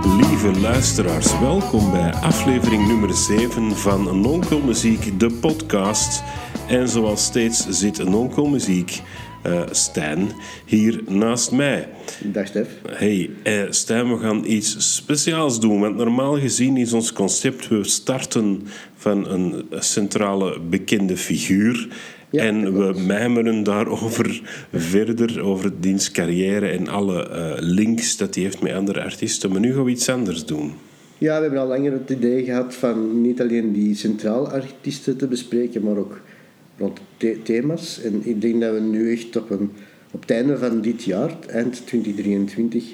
Lieve luisteraars, welkom bij aflevering nummer 7 van Nonkelmuziek, de podcast. En zoals steeds zit Nonkelmuziek, Stijn, hier naast mij. Dag Stef. Hey, Stijn, we gaan iets speciaals doen. Want normaal gezien is ons concept, we starten van een centrale bekende figuur. Ja, en we mijmeren daarover verder, over diens carrière en alle links dat hij heeft met andere artiesten. Maar nu gaan we iets anders doen. Ja, we hebben al langer het idee gehad van niet alleen die centraal artiesten te bespreken, maar ook rond thema's. En ik denk dat we nu echt op het einde van dit jaar, eind 2023,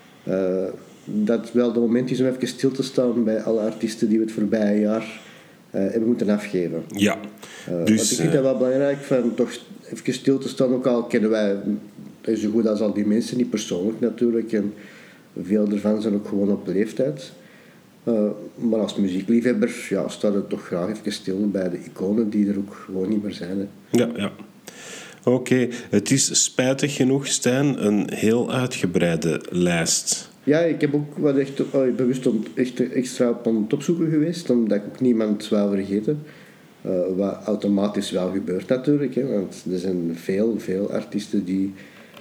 dat wel het moment is om even stil te staan bij alle artiesten die we het voorbije jaar hebben moeten afgeven. Ja. Dus, ik vind dat wel belangrijk, van toch even stil te staan. Ook al kennen wij zo goed als al die mensen niet persoonlijk natuurlijk. En veel ervan zijn ook gewoon op leeftijd. Maar als muziekliefhebber staat het toch graag even stil bij de iconen die er ook gewoon niet meer zijn. Hè. Ja. Oké. Het is spijtig genoeg, Stijn, een heel uitgebreide lijst. Ja, ik heb ook wat echt bewust extra op aan het opzoeken geweest, omdat ik ook niemand wou vergeten. Wat automatisch wel gebeurt natuurlijk, hè, want er zijn veel artiesten die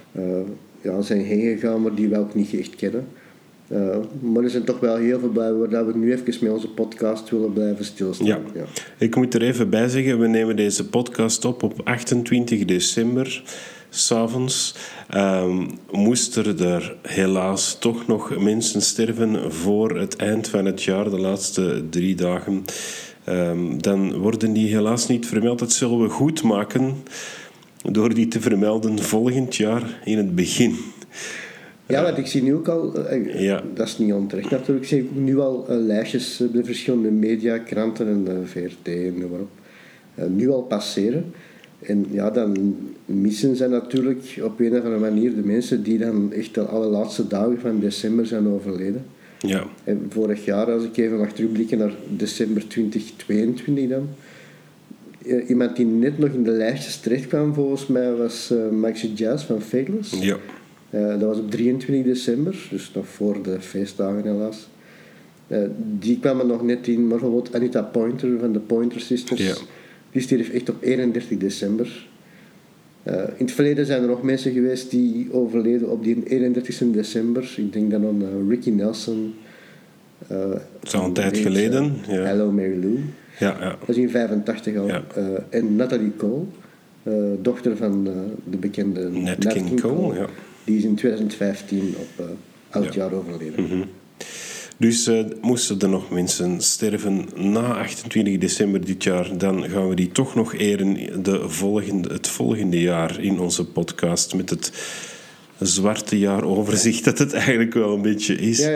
zijn heen gegaan, maar die we ook niet echt kennen. Maar er zijn toch wel heel veel bij waar we nu even met onze podcast willen blijven stilstaan. Ja. Ik moet er even bij zeggen, we nemen deze podcast op 28 december. 's Avonds moesten er helaas toch nog mensen sterven voor het eind van het jaar, de laatste 3 dagen. Dan worden die helaas niet vermeld. Dat zullen we goed maken door die te vermelden volgend jaar in het begin. Ja, want ik zie nu ook al, dat is niet onterecht natuurlijk, ik zie ook nu al lijstjes bij verschillende media, kranten en de VRT en noem maar op, nu al passeren. En ja, dan missen ze natuurlijk op een of andere manier de mensen die dan echt de allerlaatste dagen van december zijn overleden. Ja. En vorig jaar, als ik even mag terugblikken naar december 2022 dan, iemand die net nog in de lijstjes terecht kwam volgens mij was Maxi Jazz van Faithless. Ja. Dat was op 23 december, dus nog voor de feestdagen helaas. Die kwam er nog net in, maar bijvoorbeeld Anita Pointer van de Pointer Sisters. Ja. Die stierf echt op 31 december. In het verleden zijn er nog mensen geweest die overleden op die 31 december. Ik denk dan aan Ricky Nelson. Dat is al een tijd geleden. Ja. Hello Mary Lou. Ja. Dat is in 85 al. Ja. En Natalie Cole, dochter van de bekende Nat King Cole. Ja. Die is in 2015 op oudjaar overleden. Mm-hmm. Dus moesten er nog mensen sterven na 28 december dit jaar, dan gaan we die toch nog eren het volgende jaar in onze podcast met het zwarte jaaroverzicht dat het eigenlijk wel een beetje is. Ja.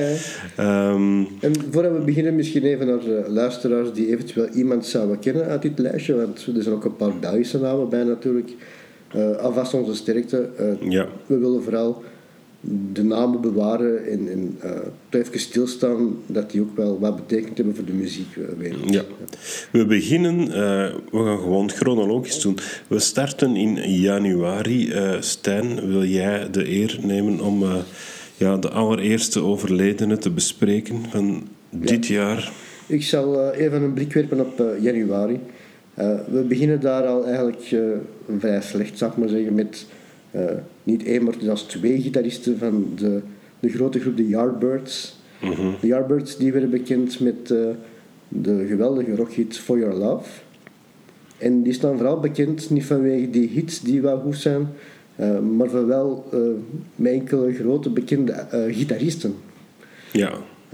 En voordat we beginnen, misschien even naar luisteraars die eventueel iemand zouden kennen uit dit lijstje, want er zijn ook een paar Belgische namen bij natuurlijk. Alvast onze sterkte. We willen vooral de namen bewaren en even stilstaan dat die ook wel wat betekend hebben voor de muziekwereld. Ja. We beginnen, we gaan gewoon chronologisch doen. We starten in januari. Stijn, wil jij de eer nemen om de allereerste overledene te bespreken van dit jaar? Ik zal even een blik werpen op januari. We beginnen daar al eigenlijk vrij slecht, zou ik maar zeggen, met niet één, maar zelfs 2 gitaristen van de grote groep de Yardbirds. Mm-hmm. De Yardbirds die werden bekend met de geweldige rockhit For Your Love. En die staan vooral bekend niet vanwege die hits die wel goed zijn, maar voor wel met enkele grote bekende gitaristen. Ja.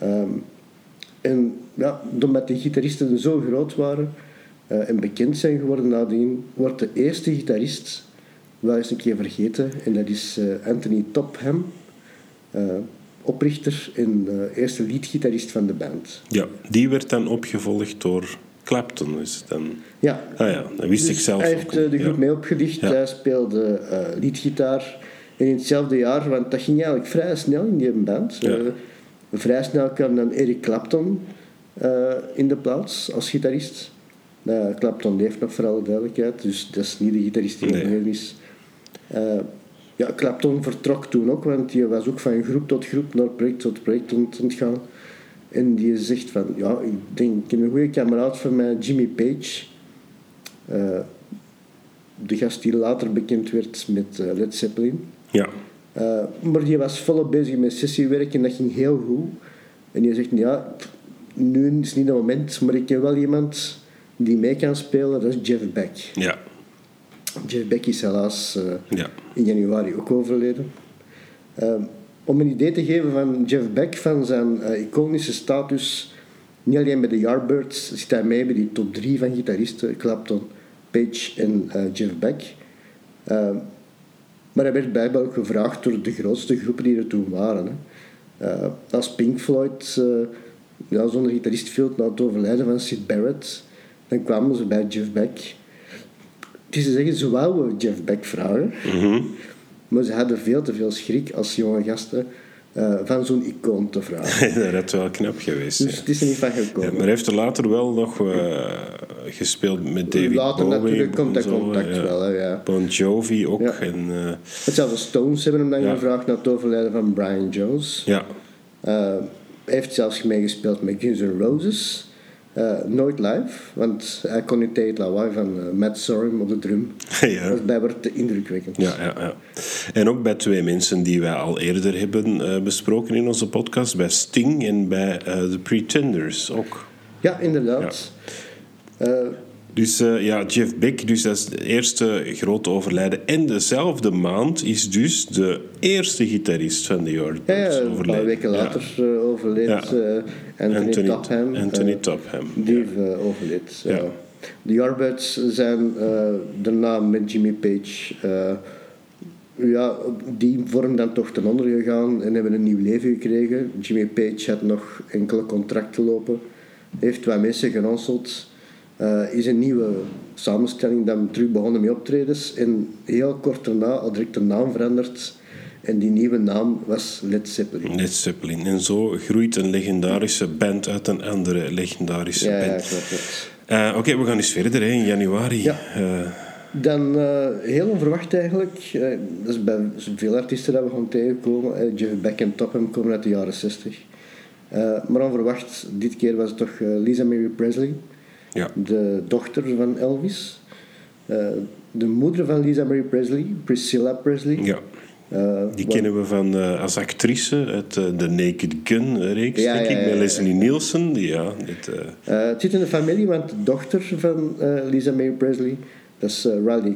En doordat die gitaristen zo groot waren en bekend zijn geworden nadien, wordt de eerste gitarist wel eens een keer vergeten. En dat is Anthony Topham, oprichter en eerste leadgitarist van de band. Ja, die werd dan opgevolgd door Clapton. Is het dan? Ja. Dat wist ik zelf ook. Hij heeft de groep mee opgedicht. Ja. Hij speelde leadgitaar. En in hetzelfde jaar, want dat ging eigenlijk vrij snel in die band. Ja. Vrij snel kwam dan Eric Clapton in de plaats als gitarist. Clapton leeft nog, voor alle duidelijkheid, dus dat is niet de gitarist die overleden is. Ja, Clapton vertrok toen ook, want die was ook van groep tot groep, naar project tot project aan het gaan. En die zegt van, ja, ik denk een goede kameraad van mij, Jimmy Page, de gast die later bekend werd met Led Zeppelin. Ja. Maar die was volop bezig met sessiewerk en dat ging heel goed. En die zegt, ja, nu is niet het moment, maar ik ken wel iemand die mee kan spelen, dat is Jeff Beck. Ja. Jeff Beck is helaas in januari ook overleden. Om een idee te geven van Jeff Beck, van zijn iconische status, niet alleen bij de Yardbirds, zit hij mee bij die top 3 van gitaristen, Clapton, Page en Jeff Beck. Maar hij werd bijbel gevraagd door de grootste groepen die er toen waren. Hè. Als Pink Floyd zonder gitarist viel na het overlijden van Syd Barrett, dan kwamen ze bij Jeff Beck. Het is te zeggen, ze wouden Jeff Beck vragen, maar ze hadden veel te veel schrik als jonge gasten van zo'n icoon te vragen. Dat is wel knap geweest. Dus het is er niet van gekomen. Ja, maar hij heeft er later wel nog gespeeld met David later Bowie. Natuurlijk komt dat contact wel. Hè, ja. Bon Jovi ook. Ja. En, hetzelfde Stones hebben hem dan gevraagd na het overlijden van Brian Jones. Ja. Hij heeft zelfs meegespeeld met Guns N' Roses. Nooit live, want hij kon niet tegen het lawaai van Matt Sorum op de drum. Ja. Dat is bijna te indrukwekkend. Ja. En ook bij twee mensen die wij al eerder hebben besproken in onze podcast. Bij Sting en bij The Pretenders ook. Ja, inderdaad. Ja. Dus Jeff Beck, dus dat is de eerste grote overlijden. En dezelfde maand is dus de eerste gitarist van de Yardbirds overleden. Een paar weken later overleed Anthony Topham. Die overleed. Ja. De Yardbirds zijn daarna met Jimmy Page... die vorm dan toch ten onder gegaan en hebben een nieuw leven gekregen. Jimmy Page had nog enkele contracten lopen. Heeft wat mensen geronseld. Is een nieuwe samenstelling dan terug begonnen met optredens en heel kort daarna al direct de naam veranderd en die nieuwe naam was Led Zeppelin. Led Zeppelin. En zo groeit een legendarische band uit een andere legendarische band. Ja, Oké, we gaan eens verder in januari. Ja. Dan heel onverwacht eigenlijk, dat is bij veel artiesten dat we gaan tegenkomen. Jeff Beck en Topham komen uit de jaren 60. Maar onverwacht, dit keer was het toch Lisa Mary Presley. Ja. De dochter van Elvis. De moeder van Lisa Mary Presley, Priscilla Presley. Ja. Die kennen we van als actrice uit de Naked Gun-reeks, denk ik, met Leslie Nielsen. Het zit in de familie, want de dochter van Lisa Mary Presley, dat is Riley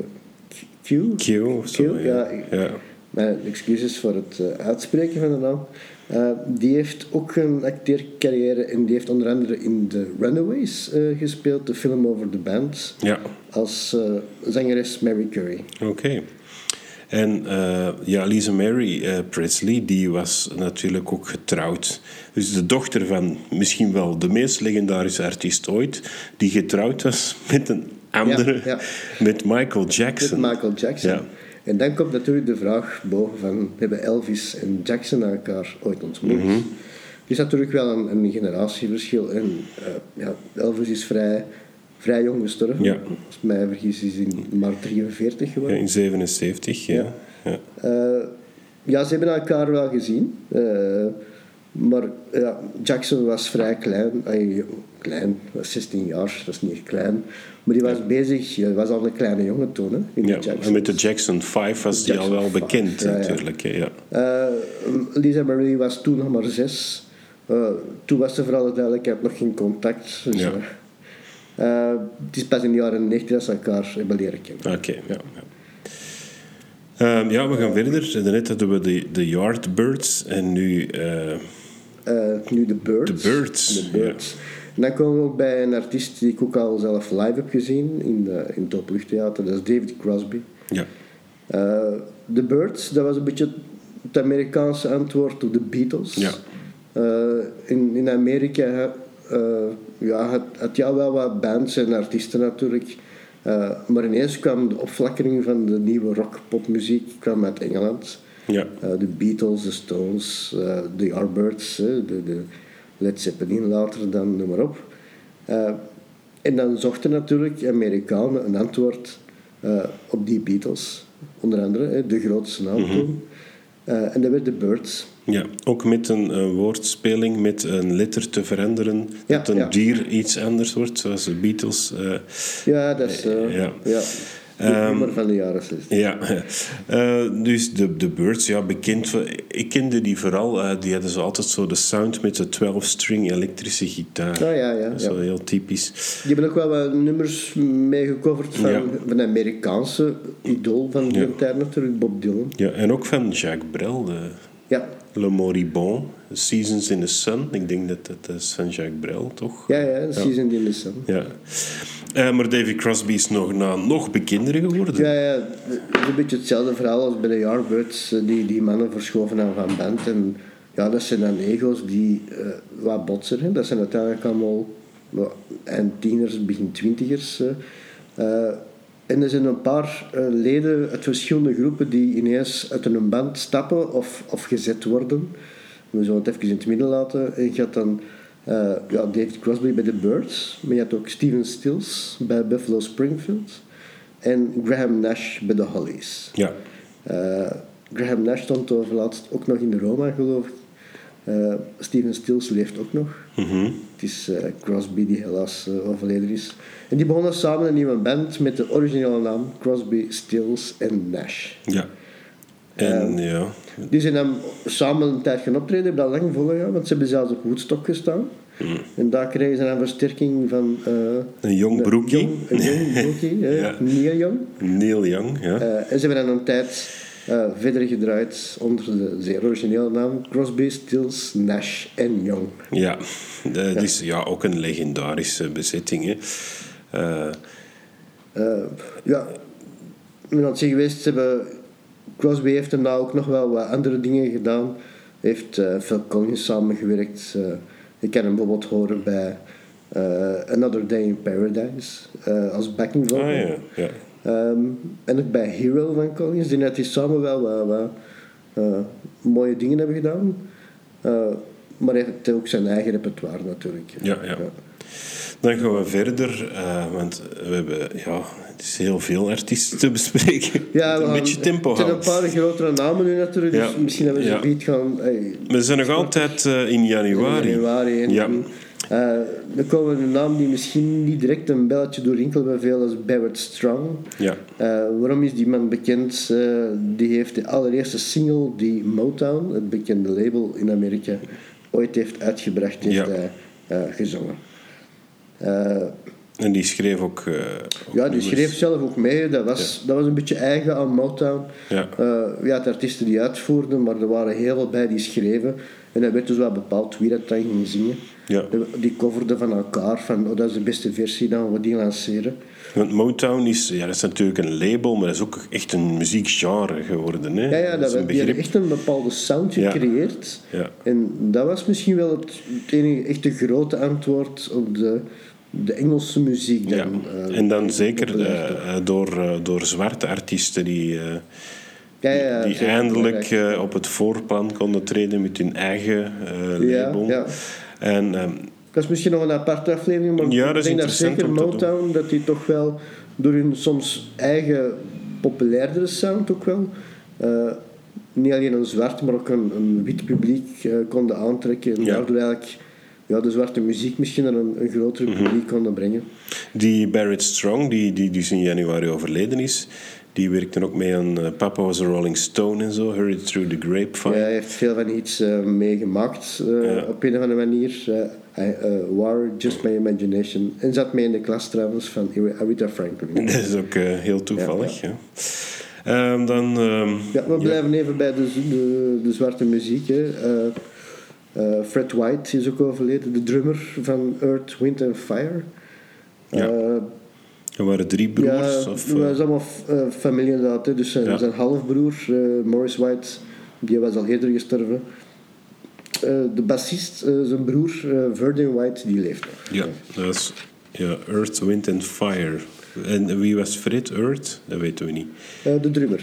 Q. Of zo, ja. Mijn excuses voor het uitspreken van de naam. Die heeft ook een acteercarrière en die heeft onder andere in The Runaways gespeeld, de film over de band, als zangeres Mary Curry. Oké. En Lisa Mary Presley, die was natuurlijk ook getrouwd. Dus de dochter van misschien wel de meest legendarische artiest ooit, die getrouwd was met een andere, met Michael Jackson. Met Michael Jackson. Ja. En dan komt natuurlijk de vraag boven van, hebben Elvis en Jackson elkaar ooit ontmoet? Er is natuurlijk wel een generatieverschil. En Elvis is vrij jong gestorven. Ja. Als ik mij vergis is hij maar 43 geworden. Ja, in 77, ja. Ze hebben elkaar wel gezien. Maar Jackson was vrij klein. Klein, 16 jaar, dat is niet echt klein. Maar die was bezig, hij was al een kleine jongen toen. Hè, en met de Jackson 5 was die al wel bekend natuurlijk. Ja. Lisa Marie was toen nog maar 6. Toen was er voor alle duidelijkheid nog geen contact. Dus, het is pas in de jaren 90 dat ze elkaar hebben leren kennen. Oké. We gaan verder. Daarnet hadden we de Yardbirds en nu... nu de Birds. De Birds. En dan komen we ook bij een artiest die ik ook al zelf live heb gezien in het Openluchttheater. Dat is David Crosby. Ja. De Birds, dat was een beetje het Amerikaanse antwoord op de Beatles. Ja. In Amerika had je al wel wat bands en artiesten natuurlijk. Maar ineens kwam de opflakkering van de nieuwe rock-popmuziek kwam uit Engeland. Ja. De Beatles, de Stones, de Yardbirds, de Led Zeppelin later, dan noem maar op. En dan zochten natuurlijk Amerikanen een antwoord op die Beatles. onder andere, de grootste naam toen. En dat werd de Byrds. Ja, ook met een woordspeling met een letter te veranderen, dat een dier iets anders wordt, zoals de Beatles. Ja, dat is de nummer van de jaren 60. Ja, dus de Byrds, ja, bekend. Ik kende die vooral, die hadden zo altijd zo de sound met de 12-string elektrische gitaar. Ja. Zo heel typisch. Die hebben ook wel wat nummers meegecoverd van een Amerikaanse idool van die tijd natuurlijk, Bob Dylan. Ja, en ook van Jacques Brel, Le Moribond, Seasons in the Sun. Ik denk dat is van Jacques Brel, toch? Ja, Seasons in the Sun. Ja. Maar David Crosby is nog bekender geworden. Ja, het is een beetje hetzelfde verhaal als bij de Yardbirds. Die mannen verschoven aan van band. En ja, dat zijn dan ego's die wat botsen. Hè. Dat zijn uiteindelijk allemaal eind tieners, begin twintigers. En er zijn een paar leden uit verschillende groepen die ineens uit een band stappen of gezet worden. We zullen het even in het midden laten. En je had dan David Crosby bij de Byrds, maar je had ook Stephen Stills bij Buffalo Springfield en Graham Nash bij de Hollies. Ja. Graham Nash stond overlaatst ook nog in de Roma, geloof ik. Stephen Stills leeft ook nog. Het is Crosby die helaas overleden is. En die begonnen samen een nieuwe band met de originele naam Crosby, Stills en Nash. Ja. En die zijn dan samen een tijd gaan optreden, hebben dat lang volgehouden, want ze hebben zelfs op Woodstock gestaan. En daar kregen ze dan versterking van... een jong broekie. Een jong broekie, Neil Young. Ja. En ze hebben dan een tijd verder gedraaid onder de zeer originele naam Crosby, Stills, Nash en Young. Ja, dat is ook een legendarische bezetting. Hè. Ik ben aan het zeggen geweest, Crosby heeft daarna ook nog wel wat andere dingen gedaan. Hij heeft Phil Collins samengewerkt. Je kan hem bijvoorbeeld horen bij Another Day in Paradise als backing vocal. En ook bij Hero van Collins, die net samen wel wat mooie dingen hebben gedaan. Maar hij heeft ook zijn eigen repertoire natuurlijk. Ja. Dan gaan we verder, want we hebben het is heel veel artiesten te bespreken. Ja, een beetje tempo houden. Er zijn een paar grotere namen nu natuurlijk, dus misschien hebben we zo'n beat gaan... We zijn nog altijd in januari. Dan komen we een naam die misschien niet direct een belletje doorrinkelt bij veel als Barrett Strong. Ja. Waarom is die man bekend? Die heeft de allereerste single die Motown, het bekende label in Amerika, ooit heeft uitgebracht, heeft hij gezongen. En die schreef ook... die schreef zelf ook mee. Dat was een beetje eigen aan Motown. Je had artiesten die uitvoerden, maar er waren heel veel bij die schreven. En hij werd dus wel bepaald wie dat dan ging zingen. Ja. Die coverden van elkaar, van dat is de beste versie, dan we die lanceren. Want Motown is natuurlijk een label, maar dat is ook echt een muziekgenre geworden. Hè? Die hebben echt een bepaalde sound gecreëerd. Ja. En dat was misschien wel het enige echte grote antwoord op de Engelse muziek. Dan, en dan zeker door zwarte artiesten die eindelijk op het voorplan konden treden met hun eigen label. Ja. En, dat is misschien nog een aparte aflevering, maar ik denk dat zeker Motown, dat die toch wel door hun soms eigen populairdere sound ook wel niet alleen een zwart, maar ook een wit publiek konden aantrekken en daardoor eigenlijk de zwarte muziek misschien naar een groter publiek konden brengen. Die Barrett Strong, die dus in januari overleden is, die werkte ook mee aan Papa Was a Rolling Stone en zo, Hurried Through the Grapevine. Ja, hij heeft veel van iets meegemaakt op een of andere manier. War, Just My Imagination. En zat mee in de klas trouwens van Aretha Franklin. Dat is ook heel toevallig. Ja. We blijven even bij de zwarte muziek. Fred White is ook overleden, de drummer van Earth, Wind and Fire. Er waren 3 broers? Ja, dat was allemaal familie inderdaad. Dus zijn halfbroer, Morris White, die was al eerder gestorven. De bassist, zijn broer, Verdin White, die leeft nog. Ja, dat is Earth, Wind and Fire. En wie was Fred Earth? Dat weten we niet. De drummer.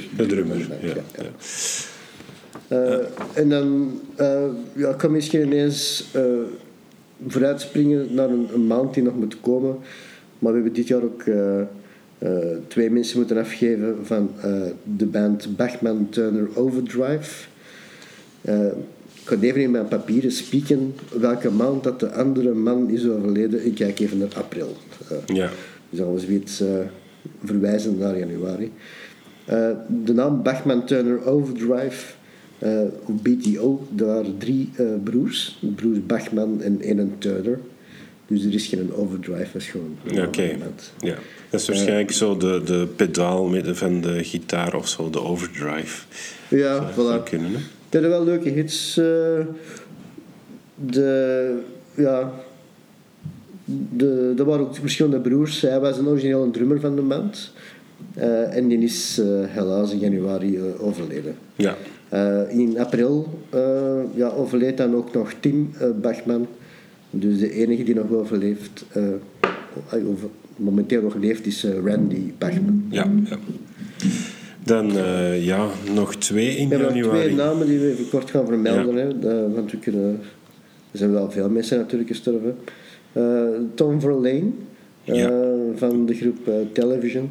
En dan ik kan misschien ineens vooruitspringen naar een maand die nog moet komen. Maar we hebben dit jaar ook 2 mensen moeten afgeven van de band Bachman Turner Overdrive. Ik ga even in mijn papieren spieken welke maand dat de andere man is overleden. Ik kijk even naar april. Dus alles weet verwijzen naar januari. De naam Bachman Turner Overdrive, BTO, daar waren 3 broers. Broers Bachman en 1 Turner. Dus er is geen overdrive, dat is gewoon... Oké. Ja. Dat is waarschijnlijk zo de pedaal van de gitaar of zo, de overdrive. Ja, voilà. Kunnen, hè? Dat zijn wel leuke hits. Er waren ook verschillende broers. Hij was een originele drummer van de band. En die is helaas in januari overleden. Ja. In april overleed dan ook nog Tim Bachman. Dus de enige die nog overleeft, momenteel nog leeft, is Randy Bachman. Ja. Dan nog 2 in januari. We hebben nog 2 namen die we even kort gaan vermelden. Ja. Hè. Want er zijn wel veel mensen natuurlijk gestorven. Tom Verlaine van de groep Television.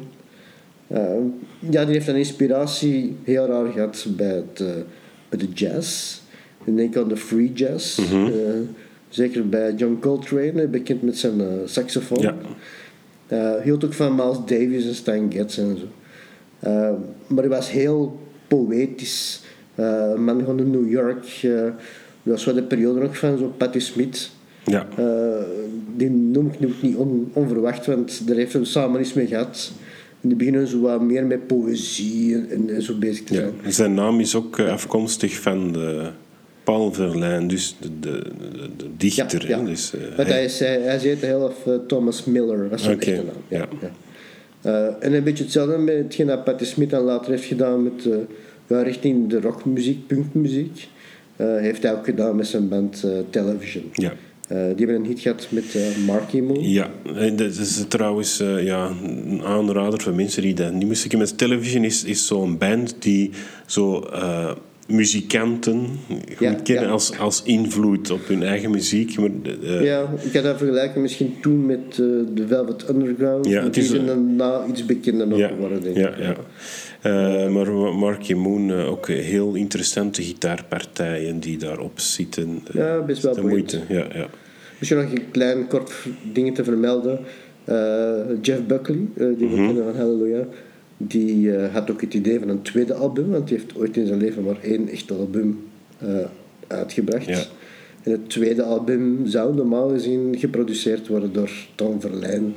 Die heeft een inspiratie heel raar gehad bij de jazz. Ik denk aan de free jazz. Zeker bij John Coltrane, bekend met zijn saxofoon. Ja. Hield ook van Miles Davis en Stan Getz en zo. Maar hij was heel poëtisch. Een man van de New York. Dat was wel de periode nog van zo Patti Smith. Ja. Die noem ik nu niet onverwacht, want daar heeft hij samen iets mee gehad. En die beginnen zo wat meer met poëzie en zo bezig te zijn. Ja. Zijn naam is ook afkomstig van de Paul Verlaine, dus de dichter. Ja. Dus, hij heette heel Thomas Miller, was zijn echte naam. Ja. En een beetje hetzelfde met hetgeen dat Patti Smith dan later heeft gedaan met richting de rockmuziek, punkmuziek. Heeft hij ook gedaan met zijn band Television. Ja. Die hebben een hit gehad met Marky Moon. Ja, dat is trouwens een aanrader voor mensen die dat niet moesten kennen. Television is zo'n band die zo muzikanten goed kennen als invloed op hun eigen muziek. Maar, ik ga dat vergelijken misschien toen met de Velvet Underground. Ja, die zijn daarna iets bekender nog geworden, denk ik. Maar Marky Moon, ook heel interessante gitaarpartijen die daarop zitten. Ja, best wel moeite. Ja. Misschien nog een klein kort ding te vermelden. Jeff Buckley, die we kennen van Hallelujah, die had ook het idee van een tweede album, want hij heeft ooit in zijn leven maar 1 echt album uitgebracht. Ja. En het tweede album zou normaal gezien geproduceerd worden door Tom Verlaine.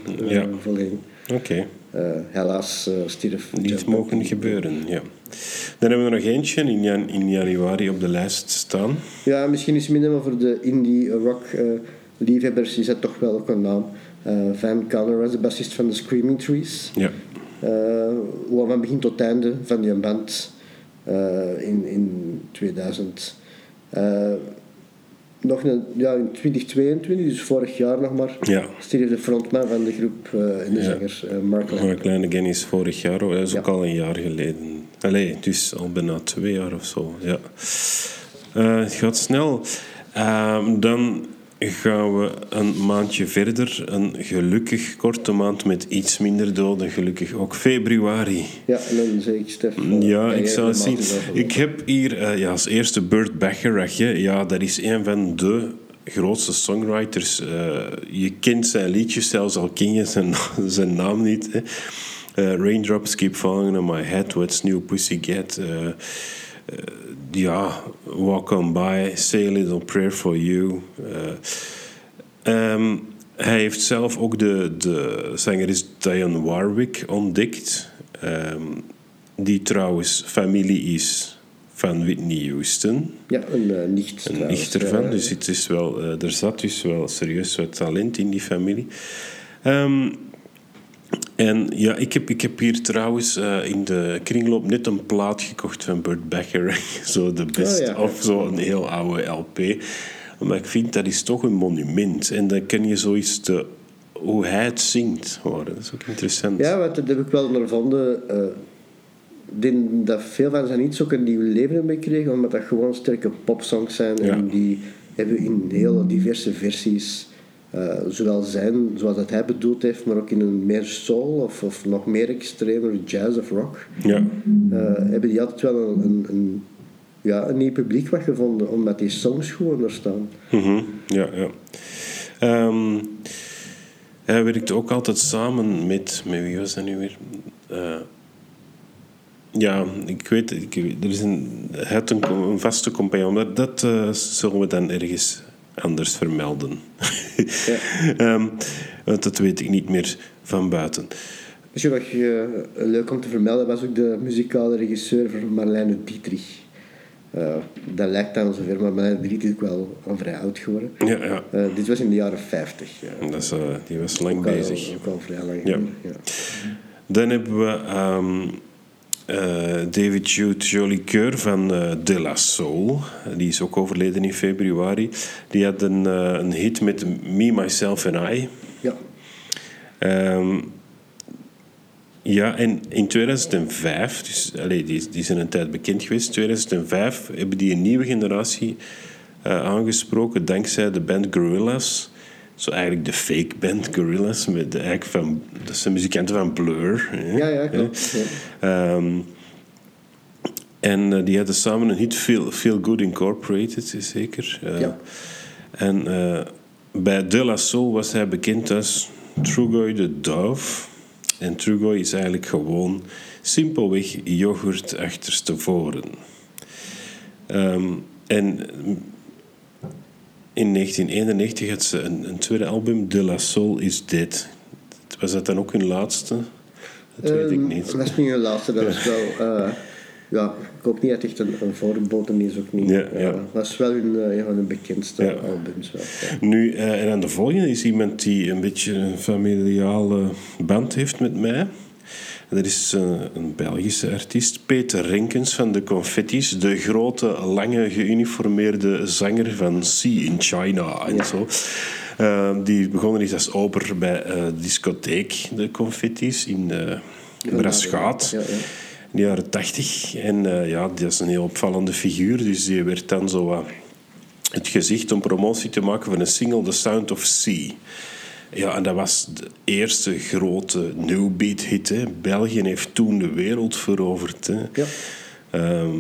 Oké. Helaas stierf niet mogen gebeuren, ja. Dan hebben we er nog eentje in januari op de lijst staan. Ja, misschien is minder, maar voor de indie rock liefhebbers is dat toch wel ook een naam. Van Connor was de bassist van de Screaming Trees. Ja. Van begin tot einde van die band in 2000. In 2022, dus vorig jaar nog maar, stierf de frontman van de groep en de zanger Mark Lanegan is vorig jaar, dat is ook al een jaar geleden. Dus al bijna 2 jaar of zo. Ja. Het gaat snel. Dan gaan we een maandje verder. Een gelukkig korte maand met iets minder doden. Gelukkig ook februari. Ja, en dan zeg ik Stef... ik zou het zien. Ik heb hier als eerste Burt Bacharach. Ja, dat is een van de grootste songwriters. Je kent zijn liedjes, zelfs al ken je zijn naam niet. Hè. Raindrops Keep Falling on My Head, What's New Pussycat... Walk On By, Say a Little Prayer For You. Hij heeft zelf ook de zangeres Dionne Warwick ontdekt. Die trouwens familie is van Whitney Houston. Ja, een nicht. Een nicht ervan, dus het is wel, er zat dus wel serieus wat talent in die familie. En ja, ik heb hier trouwens in de kringloop net een plaat gekocht van Burt Bacharach. Zo de best of zo een heel oude LP. Maar ik vind dat is toch een monument. En dan ken je zoiets hoe hij het zingt horen. Dat is ook interessant. Ja, dat heb ik wel ondervonden. Ik denk dat veel van zijn niet ook een nieuw leven hebben gekregen, omdat dat gewoon sterke popsongs zijn. Ja. En die hebben in hele diverse versies zowel zijn zoals dat hij bedoeld heeft, maar ook in een meer soul of nog meer extremer jazz of rock. Ja. Hebben die altijd wel een nieuw publiek wat gevonden, omdat die songs gewoon er staan. Ja. Hij werkte ook altijd samen met wie was dat nu weer? Ik weet, hij had een vaste compagnon, maar dat zullen we dan ergens anders vermelden. Want dat weet ik niet meer van buiten. Misschien wat leuk om te vermelden was ook de muzikale regisseur van Marlene Dietrich. Dat lijkt dan zover, maar Marlene Dietrich is ook wel al vrij oud geworden. Ja. Dit was in de jaren 50. Die was lang bezig. Ook al vrij lang. Ja. Dan hebben we David Jude Jolicoeur van De La Soul. Die is ook overleden in februari. Die had een hit met Me, Myself and I. Ja. En in 2005, dus, die zijn een tijd bekend geweest. In 2005 hebben die een nieuwe generatie aangesproken dankzij de band Gorillaz. Zo eigenlijk de fake band Gorillaz. Dat zijn muzikanten van Blur. Ja, klopt. En die hadden samen een hit, Feel Good Incorporated, zeker. En bij De La Soul was hij bekend als Trugoy de Dove. En Trugoy is eigenlijk gewoon simpelweg yoghurt achterstevoren. En in 1991 had ze een tweede album, De La Soul is Dead. Was dat dan ook hun laatste? Dat weet ik niet. Dat is niet hun laatste, dat is wel... ik hoop niet dat het echt een voorboten is, ook niet. Dat is wel een van hun bekendste albums. Wel. Ja. Nu, en dan de volgende is iemand die een beetje een familiale band heeft met mij. Dat is een Belgische artiest, Peter Renkens van de Confettis. De grote, lange, geuniformeerde zanger van See in China en zo. Die begonnen is als oper bij discotheek de Confettis in Braschaat. In de jaren 80. En die is een heel opvallende figuur. Dus die werd dan zo het gezicht om promotie te maken van een single, The Sound of Sea. Ja, en dat was de eerste grote new beat hit. Hè. België heeft toen de wereld veroverd. Hè. Ja.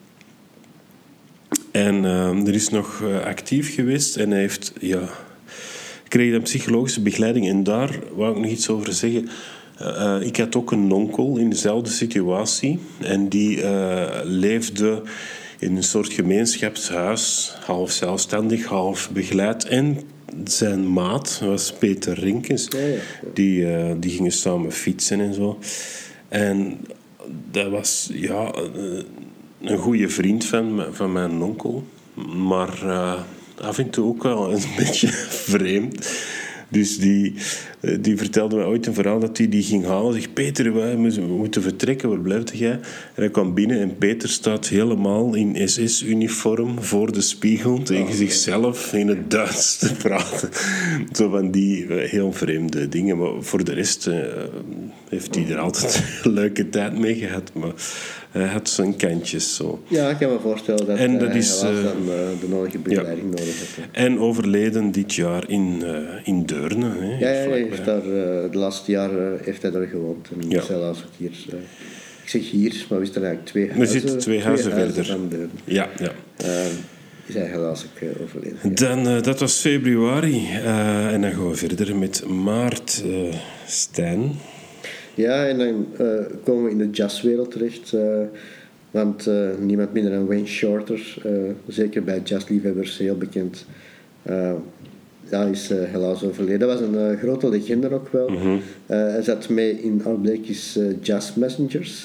Er is nog actief geweest en hij heeft... kreeg dan psychologische begeleiding. En daar wou ik nog iets over zeggen... ik had ook een onkel in dezelfde situatie. En die leefde in een soort gemeenschapshuis. Half zelfstandig, half begeleid. En zijn maat was Peter Renkens. Die gingen samen fietsen en zo. En dat was een goede vriend van mijn onkel. Maar af en toe ook wel een beetje vreemd. Dus die vertelde me ooit een verhaal dat hij die ging halen. Zegt, Peter, we moeten vertrekken, waar blijft jij? En hij kwam binnen en Peter staat helemaal in SS-uniform voor de spiegel tegen zichzelf in het Duits te praten. Zo van die heel vreemde dingen. Maar voor de rest heeft hij er altijd een leuke tijd mee gehad. Maar hij had zijn kantjes zo. Ja, ik kan me voorstellen dat hij helaas dan de nodige begeleiding nodig heeft. En overleden dit jaar in Deurne. Hè, hij heeft daar, de laatste jaren heeft hij daar gewoond. En is helaas ook hier... ik zeg hier, maar we staan eigenlijk twee huizen. We zitten twee huizen verder. Van Deurne. Ja. Is hij helaas ook overleden. Dan, dat was februari. En dan gaan we verder met maart. Stijn. Ja, en dan komen we in de jazzwereld terecht. Want niemand minder dan Wayne Shorter, zeker bij jazzliefhebbers heel bekend, is helaas overleden. Dat was een grote legende ook wel. Mm-hmm. Hij zat mee in Art Blakey's Jazz Messengers.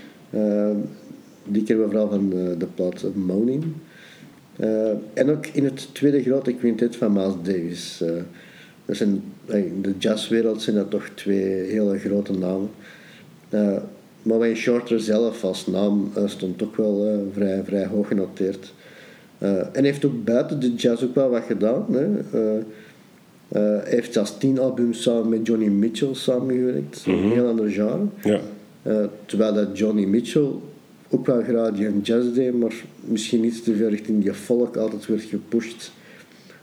Die kennen we vooral van de plaat Moaning. En ook in het tweede grote quintet van Miles Davis. In de jazzwereld zijn dat toch twee hele grote namen. Maar Wayne Shorter zelf als naam stond ook wel vrij hoog genoteerd. En heeft ook buiten de jazz ook wel wat gedaan. Hij heeft zelfs 10 albums samen met Johnny Mitchell samengewerkt. Mm-hmm. Een heel ander genre. Ja. Terwijl dat Johnny Mitchell ook wel graag die jazz deed, maar misschien iets te veel richting die folk altijd werd gepusht.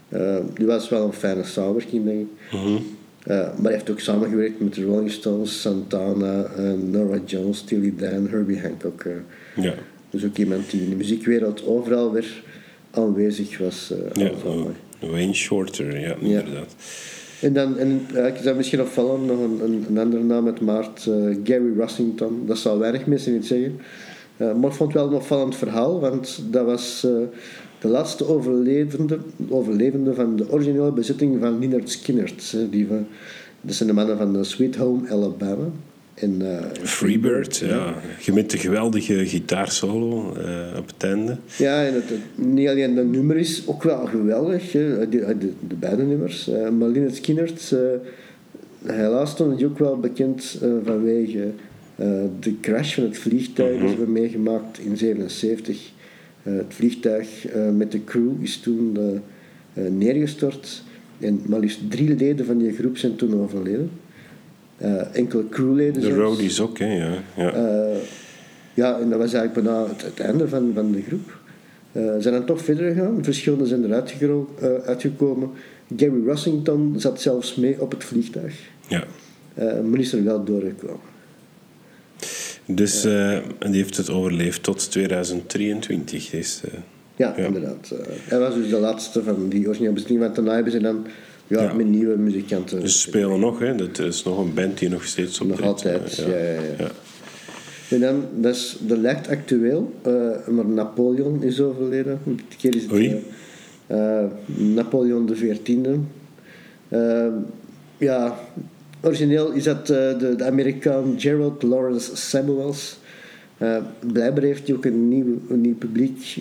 Die was wel een fijne samenwerking, denk ik. Maar hij heeft ook samengewerkt met de Rolling Stones, Santana, Norah Jones, Steely Dan, Herbie Hancock. Ja. Dus ook iemand die in de muziekwereld overal weer aanwezig was. Wayne Shorter, ja, inderdaad. En dan is dat misschien opvallend, nog een andere naam uit maart, Gary Rossington. Dat zou weinig mensen niet zeggen. Maar ik vond het wel een opvallend verhaal, want dat was de laatste overlevende van de originele bezetting van Lynyrd Skynyrd. Dat zijn de mannen van Sweet Home Alabama. En Freebird, ja. Je met de geweldige gitaarsolo op het einde. Ja, en niet alleen dat nummer is ook wel geweldig, de beide nummers. Maar Lynyrd Skynyrd, helaas stond hij ook wel bekend vanwege de crash van het vliegtuig dat we meegemaakt in 1977. Het vliegtuig met de crew is toen neergestort en maar liefst 3 leden van die groep zijn toen overleden. Enkele crewleden. De roadies ook, hè, ja. En dat was eigenlijk bijna het einde van de groep. Zijn dan toch verder gegaan. Verschillende zijn eruit uitgekomen. Gary Rossington zat zelfs mee op het vliegtuig. Ja. Maar is er wel doorgekomen. Dus en die heeft het overleefd tot 2023. Dus, ja, inderdaad. Hij was dus de laatste van die originele bezetting. Want daarna hebben ze dan met nieuwe muzikanten. Dus ze spelen nog, hè? Dat is nog een band die nog steeds optreedt. Nog altijd, ja. En dan, dat lijkt actueel, maar Napoleon is overleden. Dit keer is het Napoleon XIV. Origineel is dat de Amerikaan Gerald Lawrence Samuels. Blijkbaar heeft hij ook een nieuw publiek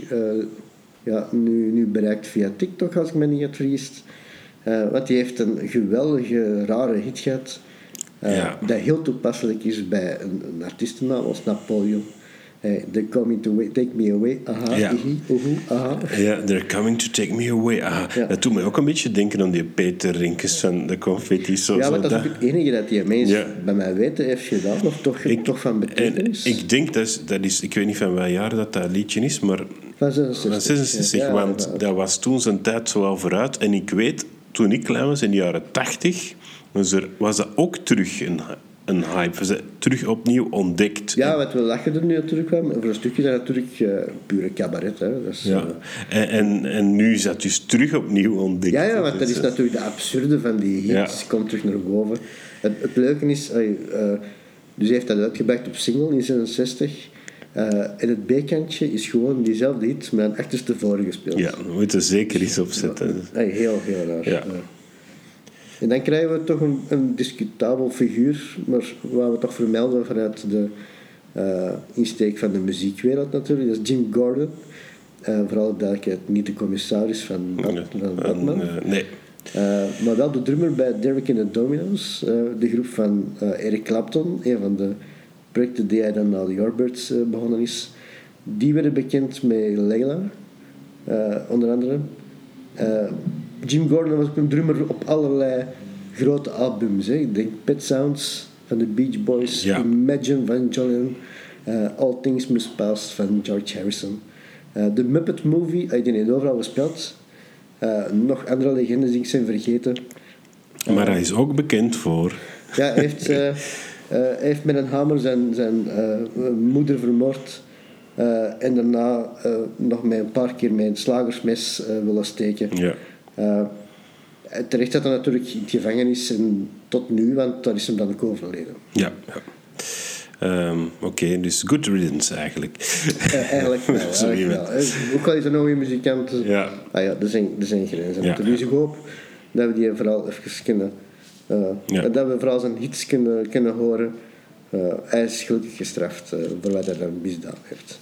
nu bereikt via TikTok, als ik me niet heb vergist. Want hij heeft een geweldige, rare hit gehad. Dat heel toepasselijk is bij een artiestennaam als Napoleon. They're coming to take me away. Aha, aha. Ja, they're coming to take me away. Aha. Ja. Dat doet mij ook een beetje denken aan die Peter Rinkes van de Confetti. Maar dat is ook het enige dat die mens bij mij weten heeft gedaan. Of toch van betekenis. Ik denk dat is... Ik weet niet van welk jaar dat liedje is, maar... Van 66. Want dat was toen zijn tijd zo al vooruit. En ik weet, toen ik klein was, in de jaren 80... was dat ook terug een hype. Was dat terug opnieuw ontdekt. Ja, wat we lachen er nu natuurlijk kwam. Voor een stukje is dat natuurlijk pure cabaret. Hè. Dat is, en nu is dat dus terug opnieuw ontdekt. Ja, want dat is natuurlijk de absurde van die hits. Komt terug naar boven. Het leuke is... dus hij heeft dat uitgebracht op single in 1966. En het B-kantje is gewoon diezelfde hit met een achterstevoren gespeeld. Ja, we moeten zeker eens opzetten. Heel raar. Ja. En dan krijgen we toch een discutabel figuur, maar waar we toch vermelden vanuit de insteek van de muziekwereld natuurlijk. Dat is Jim Gordon. Vooral duidelijkheid niet de commissaris van Batman. Nee. Maar wel de drummer bij Derek and the Dominos. De groep van Eric Clapton, een van de projecten die hij dan na de Yardbirds begonnen is. Die werden bekend met Layla, onder andere. Jim Gordon was ook een drummer op allerlei grote albums. Hè. Ik denk Pet Sounds van de Beach Boys, Imagine van John Lennon, All Things Must Pass van George Harrison. The Muppet Movie, die heeft overal gespeeld. Nog andere legendes die ik zijn vergeten. Maar hij is ook bekend voor... Ja, hij heeft met een hamer zijn moeder vermoord. En daarna nog met een paar keer met een slagersmes willen steken. Ja. Terecht zat hij natuurlijk in het gevangenis en tot nu, want daar is hem dan ook overleden. Ja. Oké, dus good riddance eigenlijk. Eigenlijk wel. Ook al is er nog een muzikant. Er zijn grenzen. Ja. Dus ik hoop dat we die vooral even kunnen... dat we vooral zijn hits kunnen horen. Hij is gelukkig gestraft voor wat hij dan misdaan heeft.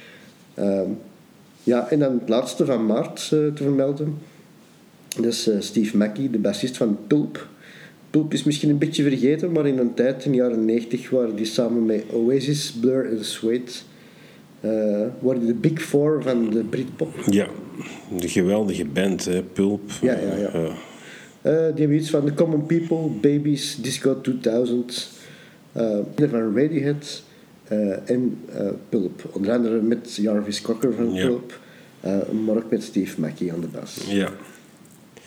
En dan het laatste van maart te vermelden. Dat is Steve Mackey, de bassist van Pulp. Pulp is misschien een beetje vergeten, maar in een tijd, in de jaren 90, waren die samen met Oasis, Blur en Suede. Waren de Big Four van de Britpop. Ja, de geweldige band, hè, Pulp. Ja. Die hebben iets van The Common People, Babies, Disco 2000, van Radiohead en Pulp. Onder andere met Jarvis Cocker van Pulp, maar ook met Steve Mackey aan de bas. Ja.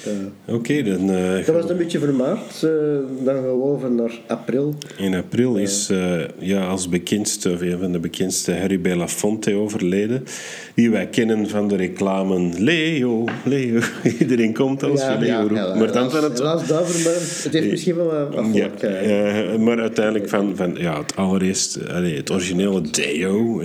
Oké, dan... Dat was een beetje voor maart. Dan gaan we over naar april. In april is als bekendste, of een van de bekendste, Harry Belafonte overleden. Die wij kennen van de reclame Leo. Iedereen komt als je Leo roept. Maar dan van het... Helaas daarvoor, maar het heeft misschien wel wat volk. Maar uiteindelijk van het allereerst, het originele Deo.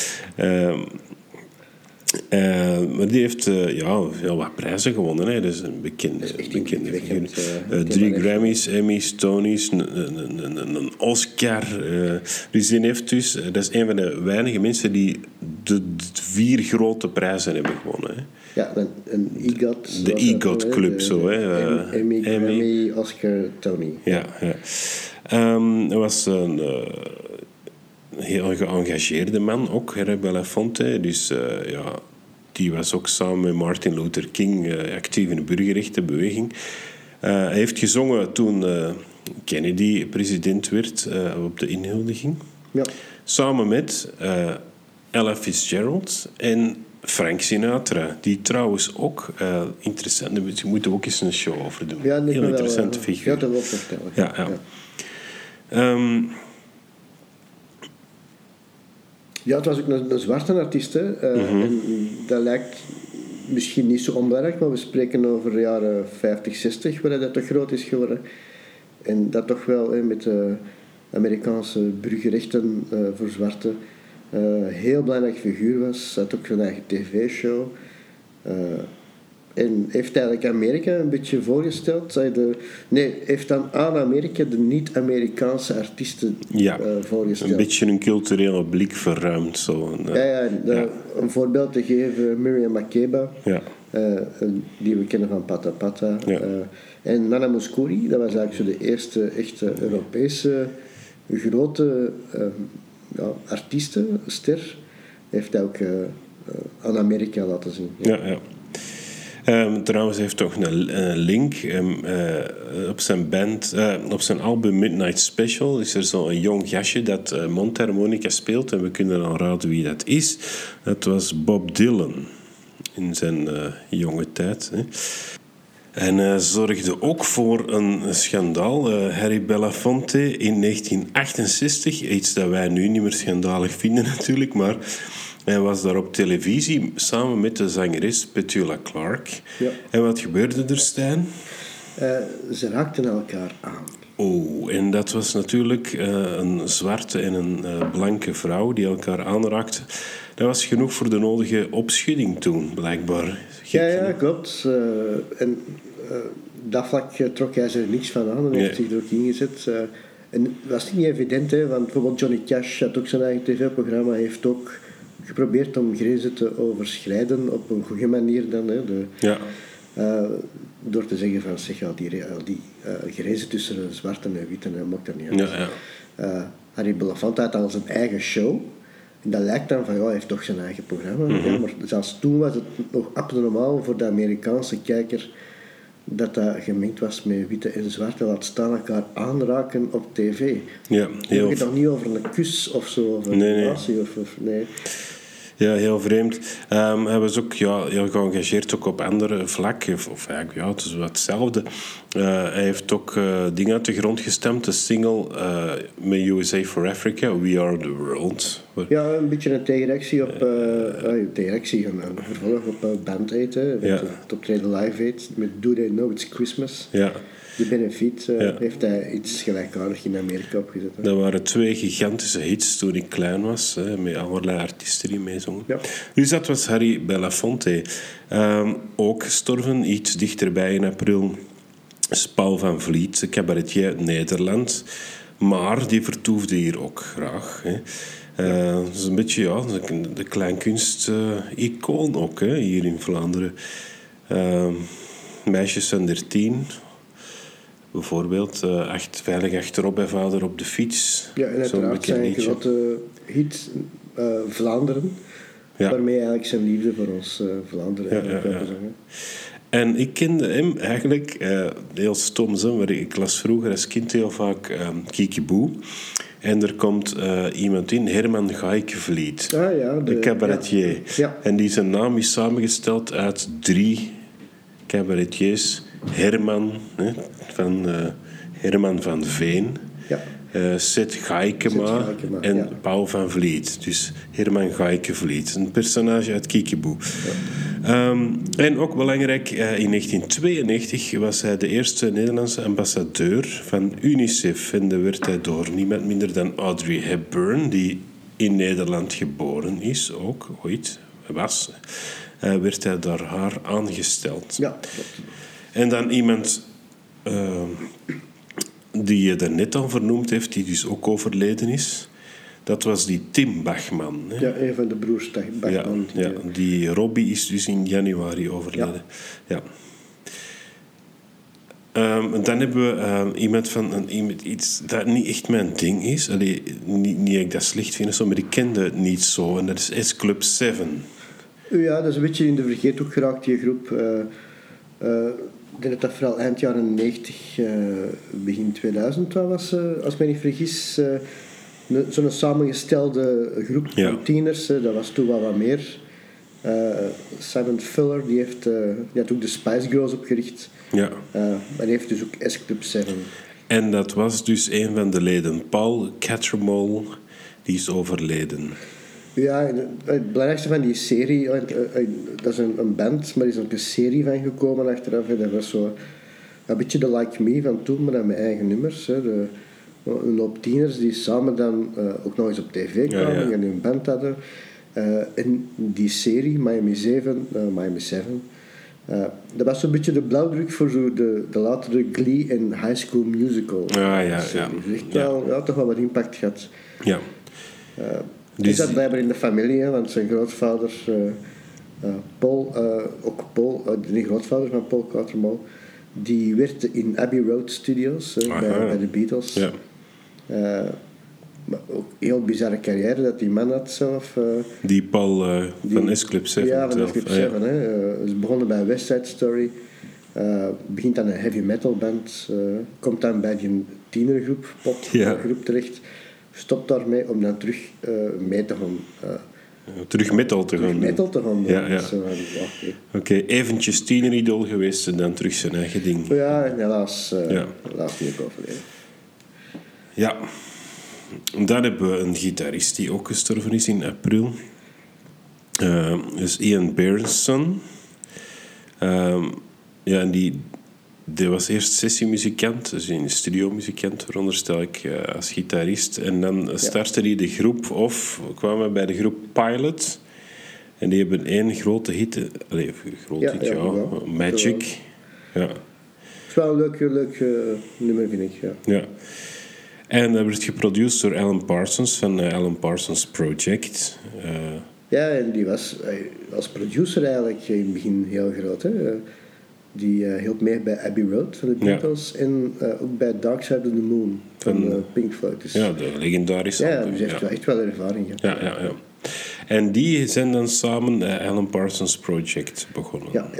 Maar die heeft heel wat prijzen gewonnen. Hè. Dat is een bekende figuur. 3 Grammys, Emmys, Tonys, een Oscar. Dus die heeft dat is een van de weinige mensen die de 4 grote prijzen hebben gewonnen. Hè. Ja, een EGOT. De EGOT-club, zo. Emmy, Grammy, Oscar, Tony. Ja. Hij was een... heel geëngageerde man, ook Harry Belafonte. Dus die was ook samen met Martin Luther King actief in de burgerrechtenbeweging. Hij heeft gezongen toen Kennedy president werd op de inhuldiging. Ja. Samen met Ella Fitzgerald en Frank Sinatra, die trouwens ook interessant... Daar moeten we ook eens een show over doen. Ja, heel interessante figuur. Ja, dat wil ik vertellen. Ja. Ja, het was ook een zwarte artiest. Hè. En dat lijkt misschien niet zo onbelangrijk, maar we spreken over de jaren 50, 60, waar dat toch groot is geworden. En dat toch wel met de Amerikaanse burgerrechten voor zwarten heel belangrijk figuur was. Hij had ook zijn eigen tv-show. En heeft eigenlijk Amerika een beetje voorgesteld. Heeft dan aan Amerika de niet-Amerikaanse artiesten voorgesteld. Een beetje een culturele blik verruimd. Zo. Een voorbeeld te geven, Miriam Makeba, die we kennen van Pata Pata. En Nana Mouskouri, dat was eigenlijk zo de eerste echte Europese grote artiesten, ster. Heeft hij ook aan Amerika laten zien. Ja. Trouwens, hij heeft toch een link op zijn band, op zijn album Midnight Special is er zo'n jong gastje dat mondharmonica speelt en we kunnen dan raden wie dat is. Dat was Bob Dylan in zijn jonge tijd. Hè. En zorgde ook voor een schandaal. Harry Belafonte in 1968, iets dat wij nu niet meer schandalig vinden natuurlijk, maar... Hij was daar op televisie samen met de zangeres Petula Clark. Ja. En wat gebeurde er, Stijn? Ze raakten elkaar aan. Oh, en dat was natuurlijk een zwarte en een blanke vrouw die elkaar aanraakten. Dat was genoeg voor de nodige opschudding toen, blijkbaar. Ja, klopt. Dat vlak trok hij er niks van aan en heeft zich er ook ingezet. En dat was niet evident, hè, want bijvoorbeeld Johnny Cash had ook zijn eigen tv-programma, heeft ook geprobeerd om grenzen te overschrijden op een goede manier dan. Hè, door te zeggen van die grenzen tussen zwart en wit en maakt dat niet uit. Harry Belafonte had al zijn eigen show. En dat lijkt dan van, hij heeft toch zijn eigen programma. Ja, maar zelfs toen was het nog abnormaal voor de Amerikaanse kijker dat gemengd was met witte en zwarte, laat staan elkaar aanraken op tv. Ja, je hebt het nog niet over een kus of zo, of een relatie. Nee. Ja, heel vreemd. Hij was ook heel geëngageerd ook op andere vlakken. Of eigenlijk, het is wat hetzelfde. Hij heeft ook dingen uit de grond gestemd. De single met USA for Africa, We Are the World. Ja, een beetje een tegenreactie op... een vervolg op Band Aid. Het optreden Live Aid met Do They Know It's Christmas. Ja. De Benefiet heeft hij iets gelijkaardig in Amerika opgezet. Dat waren 2 gigantische hits toen ik klein was, met allerlei artiesten die meezongen. Ja. Dus dat was Harry Belafonte. Ook gestorven, iets dichterbij in april, is Paul van Vliet, cabaretier uit Nederland. Maar die vertoefde hier ook graag. Hè. Dat is een beetje de kleinkunst-icoon ook, hè, hier in Vlaanderen. Meisjes onder 10... Bijvoorbeeld, veilig achterop bij vader op de fiets. Ja, en uiteraard zijn grote hit Vlaanderen. Ja. Waarmee hij eigenlijk zijn liefde voor ons Vlaanderen bezongen. En ik kende hem eigenlijk, heel stom, maar ik las vroeger als kind heel vaak Kiki Boe. En er komt iemand in, Herman Gaikevliet, de cabaretier. Ja. En die zijn naam is samengesteld uit 3 cabaretiers Herman, hè, van Herman van Veen. Ja. Seth Gaikema en Paul van Vliet. Dus Herman Gaike-Vliet. Een personage uit Kiekeboe. Ja. En ook belangrijk, in 1992 was hij de eerste Nederlandse ambassadeur van UNICEF. En daar werd hij door niemand minder dan Audrey Hepburn, die in Nederland geboren is, ook ooit was, werd hij door haar aangesteld. Ja. En dan iemand die je daarnet al vernoemd heeft, die dus ook overleden is. Dat was die Tim Bachman. Hè? Ja, een van de broers Bachman. Ja, die Robbie is dus in januari overleden. Ja. Dan hebben we iemand iets dat niet echt mijn ding is. Allee, niet dat ik dat slecht vind, maar ik kende het niet zo. En dat is S-Club 7. Ja, dat is een beetje in de vergeethoek geraakt, die groep. Ik denk dat dat vooral eind jaren 90, begin 2000 was, als ik me niet vergis. Zo'n samengestelde groep van tieners. Dat was toen wat meer. Simon Fuller, die had ook de Spice Girls opgericht. Ja. Maar die heeft dus ook S-Club 7. En dat was dus een van de leden. Paul Cattermole, die is overleden. Ja, het belangrijkste van die serie, dat is een band, maar er is ook een serie van gekomen achteraf. Dat was zo een beetje de Like Me van toen, maar dan met eigen nummers. Een hoop tieners die samen dan ook nog eens op tv kwamen en hun band hadden. En die serie, Miami 7, dat was zo'n beetje de blauwdruk voor zo de latere Glee en High School Musical. Ja. Dus echt wel, toch wel wat impact gehad. Ja. Dus dat blijkbaar in de familie, want zijn grootvader, Paul, de grootvader van Paul Cattermole, die werkte in Abbey Road Studios bij de Beatles. Ja. Maar ook een heel bizarre carrière dat die man had zelf. Die Paul van S-Club 7. Ja, van S-Club 7. Is begonnen bij West Side Story. Begint aan een heavy metal band. Komt dan bij die tienergroep, popgroep terecht. Stopt daarmee om dan terug mee te gaan. Terug metal te gaan doen. Ja. Oké, eventjes tieneridool geweest en dan terug zijn eigen ding. Ja, en helaas niet ook overleden. Ja. Dan hebben we een gitarist die ook gestorven is in april. Dus Ian Berenson. En die was eerst sessiemuzikant, dus een studiomuzikant, veronderstel ik, als gitarist. En dan startte hij de groep, of kwamen bij de groep Pilot. En die hebben één grote hit, Magic. Ja. Het is wel een leuk nummer, vind ik. Ja. En dat werd geproduceerd door Alan Parsons van Alan Parsons Project. En die was als producer eigenlijk in het begin heel groot. Hè? Die hielp mee bij Abbey Road van de Beatles en ook bij Dark Side of the Moon van Pink Floyd. Dus, ja, de legendarische. Ja, dus heeft echt wel ervaring gehad. Ja. En die zijn dan samen Alan Parsons Project begonnen. Ja.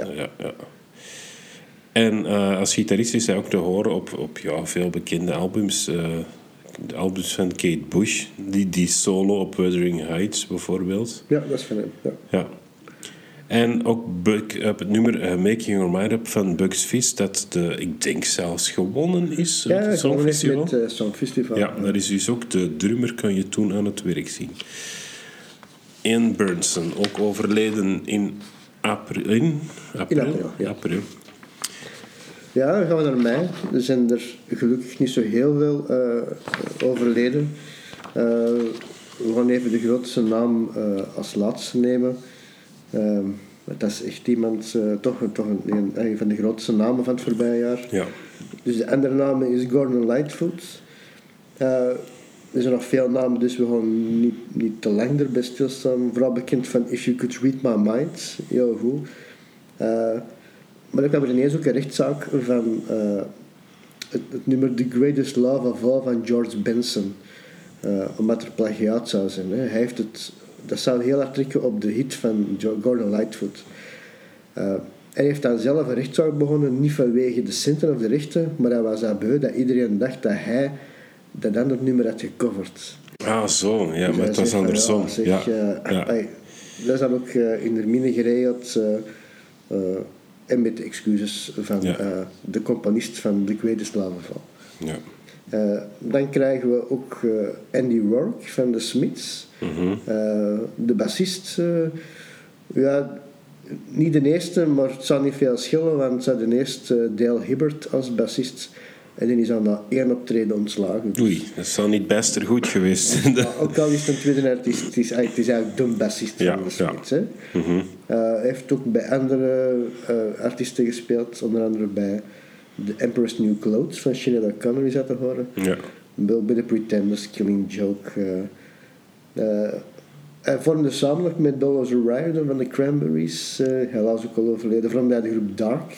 En als gitarist is hij ook te horen op veel bekende albums. De albums van Kate Bush, die solo op Wuthering Heights bijvoorbeeld. Ja, dat is van hem. Ja. En ook op het nummer Making Your Mind Up van Bugs Fizz, dat ik denk zelfs gewonnen is. Ja, het Songfestival. Met het Songfestival. Ja, dat is dus ook de drummer, kan je toen aan het werk zien. Ian Berenson, ook overleden in april. April. Ja, dan gaan we naar mei. Er zijn er gelukkig niet zo heel veel overleden. We gaan even de grootste naam als laatste nemen. Dat is echt iemand, toch een van de grootste namen van het voorbije jaar. Ja. Dus de andere naam is Gordon Lightfoot. Er zijn nog veel namen, dus we gaan niet te lang erbij stilstaan. Vooral bekend van If You Could Read My Mind. Heel goed. Maar ik heb er ineens ook een rechtszaak van het nummer The Greatest Love of All van George Benson. Omdat er plagiaat zou zijn. Hè. Hij heeft dat zou heel hard trekken op de hit van Gordon Lightfoot. Hij heeft dan zelf een rechtszaak begonnen, niet vanwege de centen of de rechten, maar hij was dat beu dat iedereen dacht dat hij dat andere nummer had gecoverd. Ah, zo. Ja, dus maar het was andersom. Dat is dan ook in de mine geregeld. En met de excuses van de componist van The Greatest Love of All. Ja. Dan krijgen we ook Andy Rourke van The Smiths. De bassist. Niet de eerste, maar het zou niet veel schillen, want ze hadden eerst Dale Hibbert als bassist. En die is aan na 1 optreden ontslagen. Oei, dat is al niet best er goed geweest. Ook al is het een tweede artiest, het is eigenlijk de bassist van de Smiths. Hè. Hij heeft ook bij andere artiesten gespeeld, onder andere bij The Emperor's New Clothes van Sinead O'Connor is dat te horen. Ja. Bij The Pretenders, Killing Joke. Hij vormde samen nog met Dolores O'Riordan van de Cranberries, helaas ook al overleden, vormde bij de groep Dark,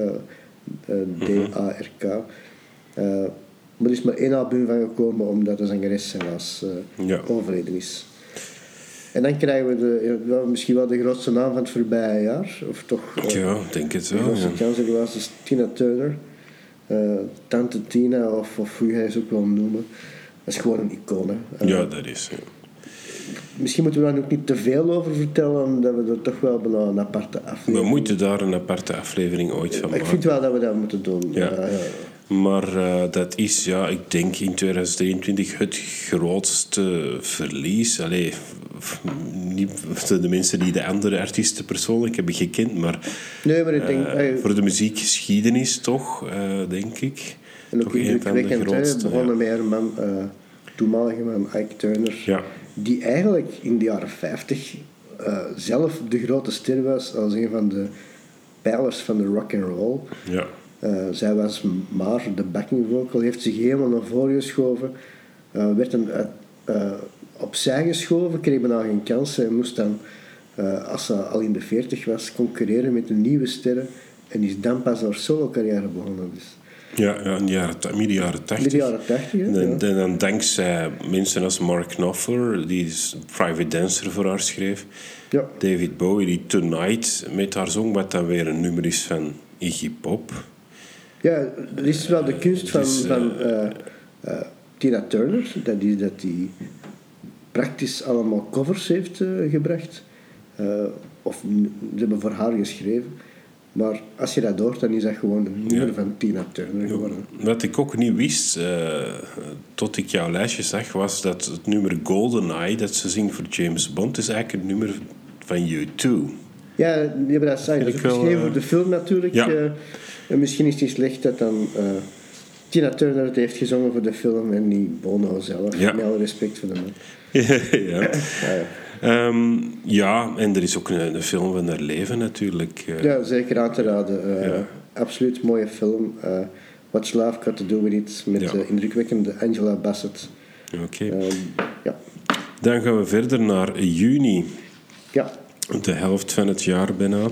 D-A-R-K. Maar er is maar 1 album van gekomen omdat de zangeres helaas overleden is. En dan krijgen we misschien wel de grootste naam van het voorbije jaar. Of toch, ik denk het wel. De grootste kans is Tina Turner. Tante Tina, of hoe jij ze ook wil noemen. Dat is gewoon een icoon. Ja, dat is. Ja. Misschien moeten we daar ook niet te veel over vertellen, omdat we er toch wel bijna een aparte aflevering... We moeten daar een aparte aflevering ooit van maken. Ik vind wel dat we dat moeten doen. Ja. Maar dat is, ik denk in 2023 het grootste verlies. Allee, niet voor de mensen die de andere artiesten persoonlijk hebben gekend, maar, ik denk, voor de muziekgeschiedenis toch, denk ik. En ook indrukwekkend, begonnen met een man, toenmalige man Ike Turner, die eigenlijk in de jaren 50 zelf de grote ster was als een van de pijlers van de rock and roll. Ja. Zij was maar de backing vocal, heeft zich helemaal naar voren geschoven, werd opzij geschoven, kreeg bijna geen kans en moest dan, als ze al in de 40 was, concurreren met de nieuwe sterren en is dan pas haar solo-carrière begonnen. Dus. Ja, in midden jaren 80. Midden jaren 80, En dan dankzij mensen als Mark Knopfler, die Private Dancer voor haar schreef. Ja. David Bowie, die Tonight met haar zong, wat dan weer een nummer is van Iggy Pop. Ja, er is wel de kunst van Tina Turner, dat die praktisch allemaal covers heeft gebracht. Of ze hebben voor haar geschreven. Maar als je dat hoort, dan is dat gewoon een nummer van Tina Turner geworden. Wat ik ook niet wist, tot ik jouw lijstje zag, was dat het nummer GoldenEye, dat ze zingt voor James Bond, is eigenlijk een nummer van U2. Ja, die hebben dat geschreven voor de film natuurlijk. Ja. En misschien is het slecht dat dan Tina Turner het heeft gezongen voor de film en niet Bono zelf. Ja. Met alle respect voor de man. En er is ook een film van haar leven natuurlijk. Ja, zeker aan te raden. Absoluut mooie film. What's Love Got To Do With It, met de indrukwekkende Angela Bassett. Oké. Dan gaan we verder naar juni. Ja. De helft van het jaar bijna.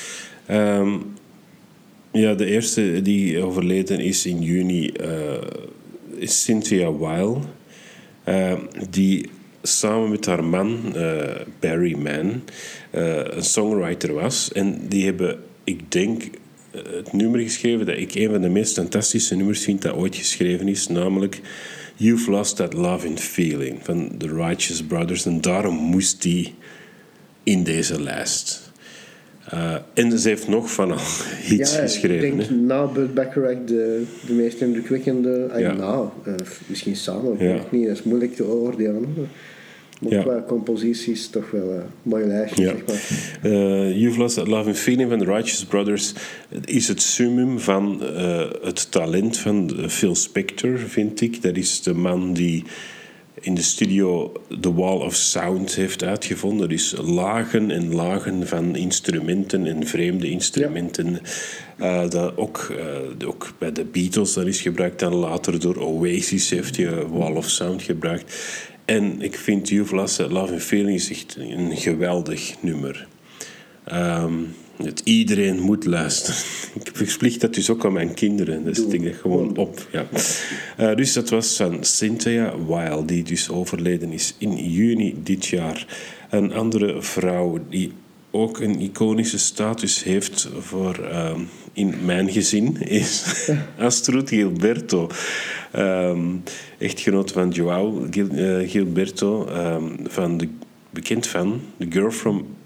De eerste die overleden is in juni is Cynthia Weil. Die samen met haar man, Barry Mann, een songwriter was. En die hebben, ik denk, het nummer geschreven dat ik een van de meest fantastische nummers vind dat ooit geschreven is, namelijk You've Lost That Love and Feeling van The Righteous Brothers. En daarom moest die in deze lijst. En ze heeft nog van al hits geschreven. Ik denk na Burt Bacharach de meest indrukwekkende. Misschien samen, weet ik niet. Dat is moeilijk te oordelen. Maar qua composities toch wel een mooi lijstje, zeg maar. You've Lost That Love and Feeling van The Righteous Brothers is het summum van het talent van Phil Spector, vind ik. Dat is de man die in de studio The Wall of Sound heeft uitgevonden. Dus lagen en lagen van instrumenten en vreemde instrumenten. Dat ook bij de Beatles dat is gebruikt. Dan later door Oasis heeft je Wall of Sound gebruikt. En ik vind You've Lost That Love and Feeling is echt een geweldig nummer. Dat iedereen moet luisteren. Ik verplicht dat dus ook aan mijn kinderen. Dus ik dat gewoon op. Ja. Dus dat was van Cynthia Weil, die dus overleden is in juni dit jaar. Een andere vrouw die ook een iconische status heeft voor in mijn gezin is Astrud Gilberto. Echtgenoot van João Gilberto, bekend van The Girl from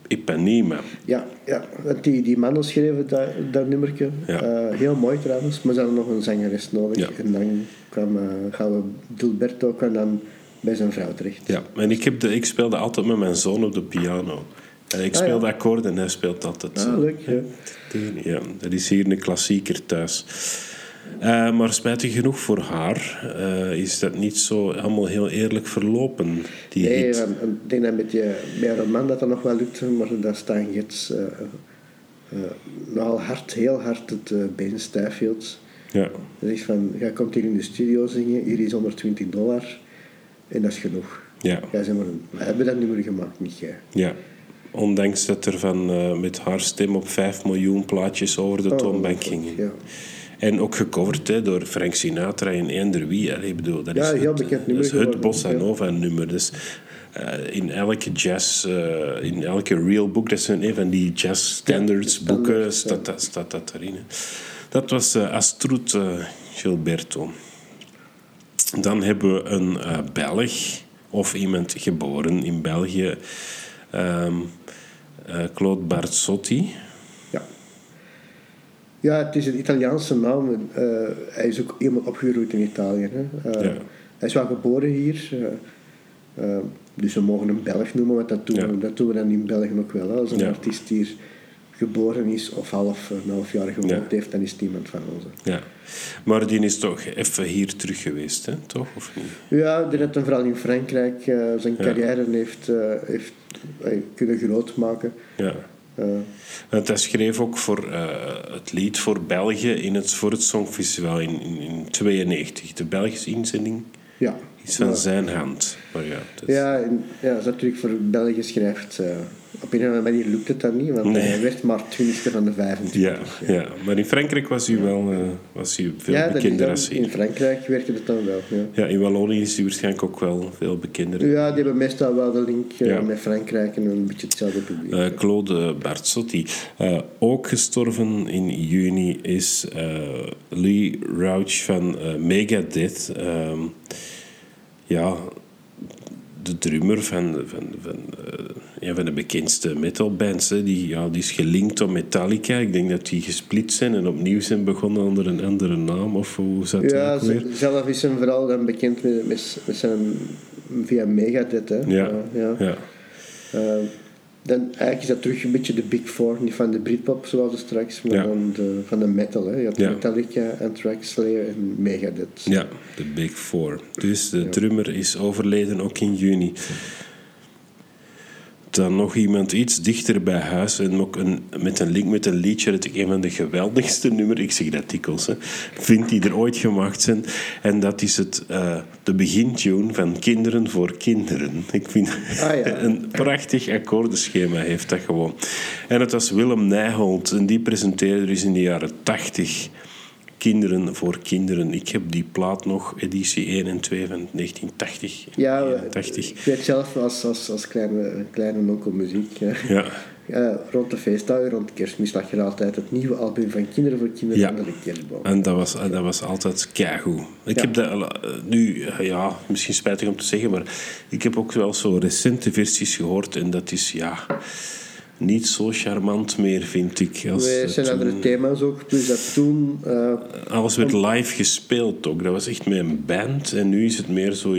Ipanema. Ja, want die mannen schreven dat nummertje. Ja. Heel mooi trouwens, maar ze hadden nog een zangeres nodig. Ja. En dan gaan we Gilberto kan dan bij zijn vrouw terecht. Ja, en ik speelde altijd met mijn zoon op de piano. Ik speelde akkoorden en hij speelt altijd zo. Leuk, ja. Ja, dat is hier een klassieker thuis. Maar spijtig genoeg voor haar is dat niet zo allemaal heel eerlijk verlopen, die hit. Ik denk dat met een roman dat nog wel lukt, maar daar staan Gets nogal heel hard het been stijf hield. Ja. Dat is van, jij komt hier in de studio zingen, hier is $120 en dat is genoeg. Ja. Ja, zeg maar, we hebben dat nummer gemaakt, niet jij. Ja. Ondanks dat er met haar stem op 5 miljoen plaatjes over de toonbank gingen. Ja. En ook gecoverd door Frank Sinatra en eender wie. Allee, bedoel, dat is heel bekend nummer. Dat is het Bossa Nova nummer. Dus in elke jazz, in elke real boek, dat zijn een van die jazz standards boeken, staat dat erin. Dat was Astrud Gilberto. Dan hebben we een Belg, of iemand geboren in België, Claude Barzotti. Ja, het is een Italiaanse naam. Hij is ook helemaal opgegroeid in Italië. Hè. Hij is wel geboren hier. Dus we mogen hem Belg noemen, want dat doen we dan in België ook wel. Hè. Als een artiest hier geboren is of een half jaar gewoond heeft, dan is het iemand van ons. Ja. Maar die is toch even hier terug geweest, hè? Toch? Of niet? Ja, die heeft hem vooral in Frankrijk zijn carrière heeft kunnen grootmaken. Ja. Want hij schreef ook voor het lied voor België voor het Songfestival in 1992. De Belgische inzending is van zijn hand. Maar dat is natuurlijk voor België schrijft. Op een of andere manier lukt het dan niet, want hij werd maar 20e van de 25. Ja, maar in Frankrijk was hij wel veel bekender als hier. In Frankrijk werkte het dan wel. Ja, in Wallonië is hij waarschijnlijk ook wel veel bekender. Ja, die hebben meestal wel de link met Frankrijk en een beetje hetzelfde publiek. Claude Barzotti. Ook gestorven in juni is Lee Rauch van Megadeth. De drummer van een van de bekendste metalbands. Die is gelinkt op Metallica. Ik denk dat die gesplit zijn en opnieuw zijn begonnen onder een andere naam. Of hoe zat dat ook weer? Zelf is hem vooral dan bekend met zijn via Megadeth. Hè. Ja. Dan eigenlijk is dat terug een beetje de Big Four, niet van de Britpop zoals het straks, maar dan van de metal. Hè. Je had Metallica, Anthrax, Slayer en Megadeth. Ja, de Big Four. Dus de drummer is overleden ook in juni. Dan nog iemand iets dichter bij huis en ook met een link met een liedje dat ik een van de geweldigste nummers, ik zeg dat dikwijls, vind die er ooit gemaakt zijn. En dat is de begintune van Kinderen voor Kinderen. Ik vind een prachtig akkoordenschema heeft dat gewoon. En het was Willem Nijholt en die presenteerde dus in de jaren 80 Kinderen voor Kinderen. Ik heb die plaat nog, editie 1 en 2 van 1980. Ja, 81. Ik weet zelf als kleine nonkel muziek. Rond de feestdagen, rond Kerstmis, lag er altijd het nieuwe album van Kinderen voor Kinderen onder de kerstboom. En dat was altijd keigoed. Ik heb dat nu, misschien spijtig om te zeggen, maar ik heb ook wel zo recente versies gehoord en dat is niet zo charmant meer, vind ik. Er zijn andere thema's ook. Dus dat toen... alles werd live gespeeld ook. Dat was echt met een band. En nu is het meer zo,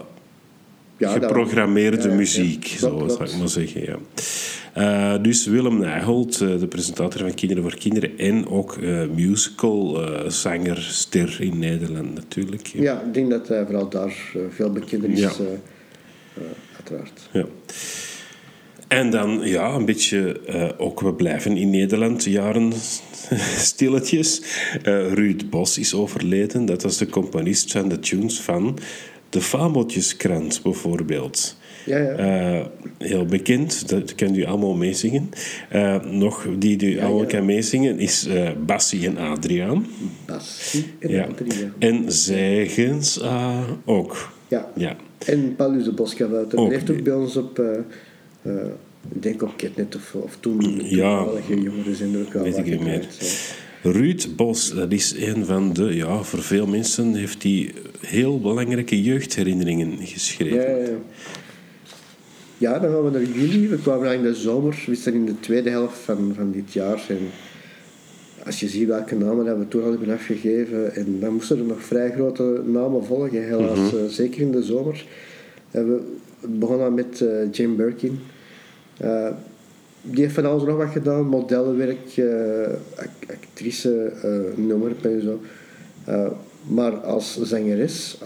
geprogrammeerde muziek. Zo zou ik maar zeggen, dus Willem Nijholt, de presentator van Kinderen voor Kinderen. En ook musical zanger, ster in Nederland natuurlijk. Ja, ik denk dat hij vooral daar veel bekender is. Uiteraard. Ja. En dan, een beetje, ook we blijven in Nederland, jaren stilletjes. Ruud Bos is overleden. Dat was de componist van de tunes van de Fabeltjeskrant, bijvoorbeeld. Heel bekend, dat kan u allemaal meezingen. Nog die u allemaal kan meezingen is Bassie en Adriaan. Bassie en Adriaan. En Zijgens ook. Ja. En Paulus de Boskavouter. Hij heeft ook bij ons op... ik denk op Ketnet of toen jongeren zijn er ook wel weet ik niet meer. Uit, Ruud Bos, dat is een van de... voor veel mensen heeft hij heel belangrijke jeugdherinneringen geschreven. Ja, dan gaan we naar juli. We kwamen in de zomer. We zitten in de tweede helft van dit jaar. En als je ziet welke namen dat we toen al hebben afgegeven. En dan moesten er nog vrij grote namen volgen. Helaas, zeker in de zomer. We begonnen met Jane Birkin. Die heeft van alles nog wat gedaan. Modellenwerk, actrice, noem maar op en zo. Maar als zangeres,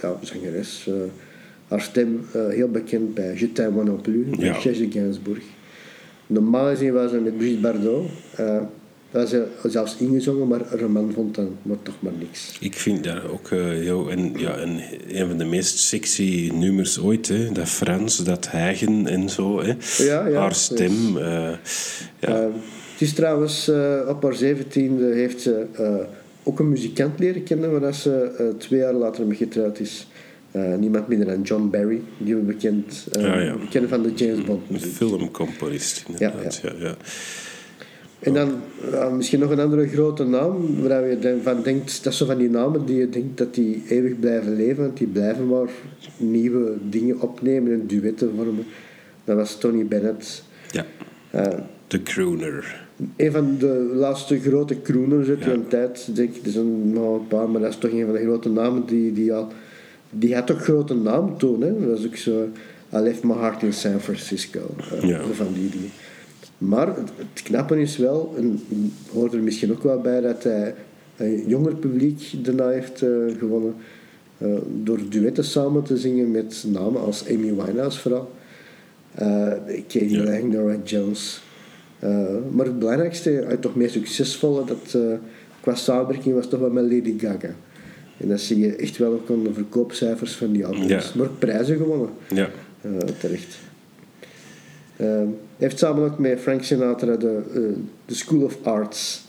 haar stem heel bekend bij Je t'aime non plus, bij Serge Gainsbourg. Normaal gezien was ze met Brigitte Bardot. Dat ze zelfs ingezongen, maar haar man vond dan maar toch maar niks. Ik vind dat ook een van de meest sexy nummers ooit. Hè? Dat Frans, dat hijgen en zo. Hè? Haar stem. Het is trouwens, op haar 17e heeft ze ook een muzikant leren kennen, waar ze 2 jaar later mee getrouwd is. Niemand minder dan John Barry, die we kennen van de James Bond muziek. Een filmcomponist, inderdaad. Ja. En dan misschien nog een andere grote naam, waar je van denkt, dat is zo van die namen die je denkt dat die eeuwig blijven leven, want die blijven maar nieuwe dingen opnemen en duetten vormen. Dat was Tony Bennett. Ja, de crooner. Een van de laatste grote crooners uit een tijd, denk ik. Er zijn nog een paar, maar dat is toch een van de grote namen die had ook grote namen toen. Hè. Dat was ook zo, I left my heart in San Francisco. Van die dingen. Maar het knappe is wel, en hoort er misschien ook wel bij, dat hij een jonger publiek daarna heeft gewonnen. Door duetten samen te zingen met namen als Amy Winehouse vooral. Katie Lang, Norah Jones. Maar het belangrijkste, toch meer succesvolle, dat qua samenwerking was toch wel met Lady Gaga. En dat zie je echt wel ook aan de verkoopcijfers van die albums. Ja. Maar ook prijzen gewonnen. Ja. Terecht. Hij heeft samen ook met Frank Sinatra de School of Arts.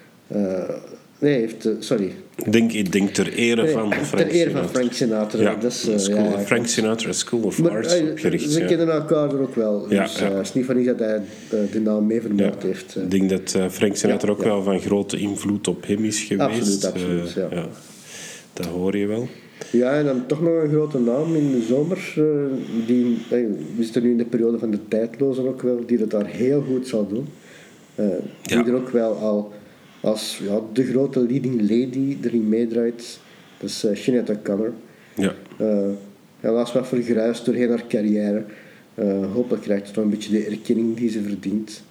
Ik denk ter ere van Frank Sinatra. Ter ere van Frank Sinatra. Ja, dat is, Frank Sinatra School of Arts opgericht. Ze kennen elkaar er ook wel. Dus het is niet van iets dat hij de naam mee vermeld heeft. Ik denk dat Frank Sinatra ook wel van grote invloed op hem is geweest. Absoluut. Dat hoor je wel. Ja, en dan toch nog een grote naam in de zomer. We zitten nu in de periode van de tijdlozen ook wel, die dat daar heel goed zal doen. Die er ook wel al als de grote leading lady erin meedraait. Dat is Sinead O'Connor. Ja. Helaas wat vergruisd doorheen haar carrière. Hopelijk krijgt ze toch een beetje de erkenning die ze verdient.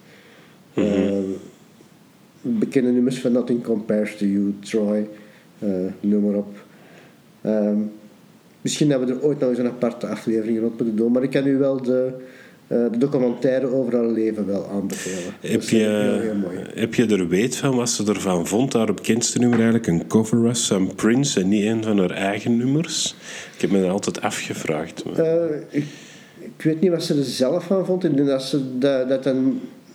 Bekende nummers van Nothing Compares to You, Troy, noem maar op. Misschien dat we er ooit nog eens een aparte aflevering rond moeten doen, maar ik kan u wel de documentaire over haar leven wel aanbevelen. Heb je er weet van wat ze ervan vond? Haar bekendste nummer eigenlijk een cover was van Prince en niet een van haar eigen nummers. Ik heb me dat altijd afgevraagd. Ik weet niet wat ze er zelf van vond. Ik denk dat ze dat dan...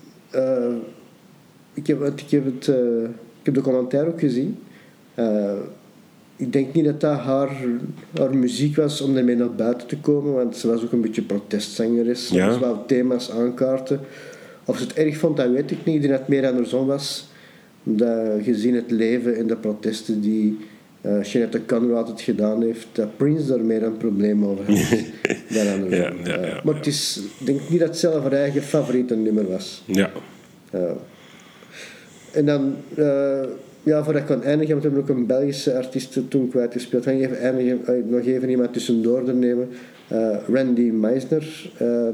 Ik heb de documentaire ook gezien. Ik denk niet dat dat haar muziek was om ermee naar buiten te komen, want ze was ook een beetje protestzangeres. Ze was wel thema's aankaarten. Of ze het erg vond, dat weet ik niet. Ik denk dat het meer andersom was. Dat gezien het leven en de protesten die Sinead O'Connor altijd gedaan heeft, dat Prince daar meer een probleem over had dan andersom. Maar het is, ik denk niet dat het zelf haar eigen favoriete nummer was. Ja. En dan... voordat ik kan eindigen, want we hebben ook een Belgische artiest toen kwijtgespeeld. Ik ga nog even iemand tussendoor nemen. Randy Meisner.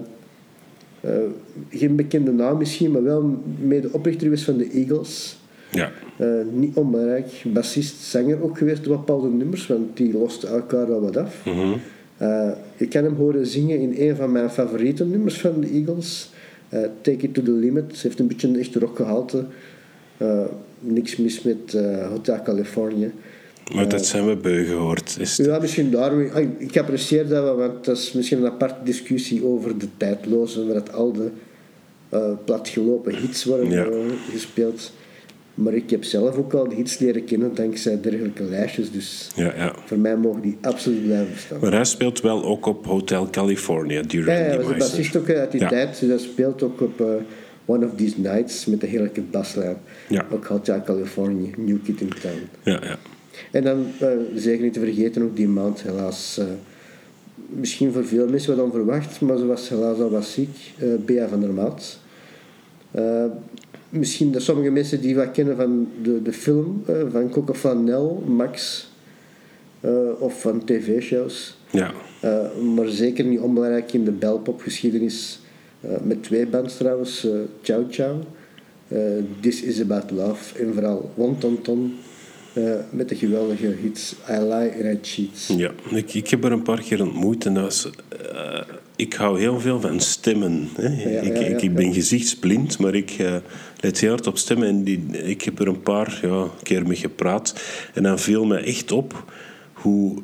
Geen bekende naam misschien, maar wel mede-oprichter geweest van de Eagles. Ja. Niet onbelangrijk. Bassist, zanger ook geweest op bepaalde nummers, want die losten elkaar wel wat af. Je kan hem horen zingen in een van mijn favoriete nummers van de Eagles. Take It To The Limit. Ze heeft een beetje een echt rockgehalte. Niks mis met Hotel California. Maar dat zijn we beu gehoord. Ja, misschien daarom. Ik apprecieer dat wel, want dat is misschien een aparte discussie over de tijdlozen, waar dat al de platgelopen hits worden gespeeld. Maar ik heb zelf ook al de hits leren kennen dankzij dergelijke lijstjes, dus voor mij mogen die absoluut blijven bestaan. Maar hij speelt wel ook op Hotel California, die Randy Meisner. Ja, hij was een bassist ook uit die tijd, dus hij speelt ook op... One of These Nights met de heerlijke baslijn. Ja. Ook Hotel California, New Kid in Town. Ja. En dan, zeker niet te vergeten, ook die maand helaas misschien voor veel mensen wat onverwacht, maar ze was helaas al wat ziek. Bea van der Maat. Misschien dat sommige mensen die wat kennen van de film, van Coco Flanel, Max, of van tv-shows. Ja. Maar zeker niet onbelangrijk in de belpopgeschiedenis. Met 2 bands trouwens, Ciao Ciao, This Is About Love en vooral Wontonton, met de geweldige hits I Lie and I Cheat. Ja, ik heb er een paar keer ontmoet en dat was, ik hou heel veel van stemmen. Hè. Ik ben gezichtsblind, maar ik let heel hard op stemmen en ik heb er een paar keer mee gepraat en dan viel mij echt op hoe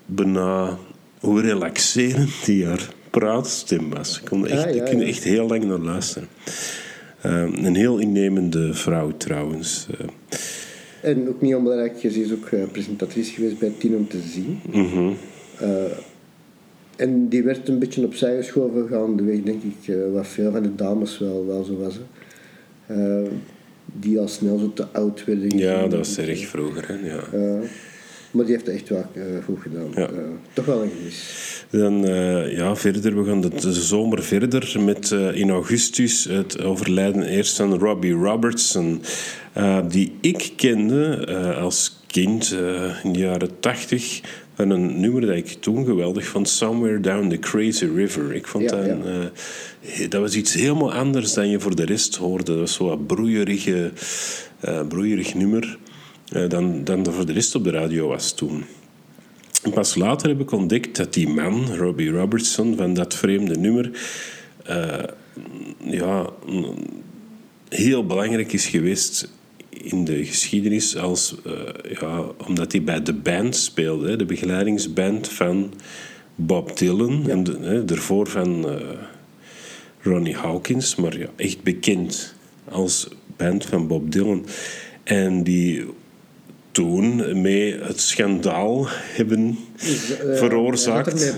relaxerend die haar praatstem was. Ik kon echt heel lang naar luisteren. Een heel innemende vrouw trouwens. En ook niet onbelangrijk, ze is ook presentatrice geweest bij 10 om te zien. Mm-hmm. En die werd een beetje opzij geschoven gaandeweg, denk ik, wat veel van de dames wel zo was. Die al snel zo te oud werden. Ja, dat was erg vroeger. Hè? Ja. Maar die heeft het echt wel goed gedaan. Ja. Toch wel een gemis. Dan verder. We gaan de zomer verder met in augustus het overlijden eerst van Robbie Robertson. Die ik kende als kind in de jaren 80 van een nummer dat ik toen geweldig vond, Somewhere Down the Crazy River. Ik vond dat was iets helemaal anders dan je voor de rest hoorde. Dat was zo'n broeierig nummer dan voor de rest op de radio was toen. En pas later heb ik ontdekt dat die man, Robbie Robertson, van dat vreemde nummer, heel belangrijk is geweest in de geschiedenis omdat hij bij de band speelde, de begeleidingsband van Bob Dylan, ja. En daarvoor van Ronnie Hawkins, maar echt bekend als band van Bob Dylan. En die toen mee het schandaal hebben veroorzaakt.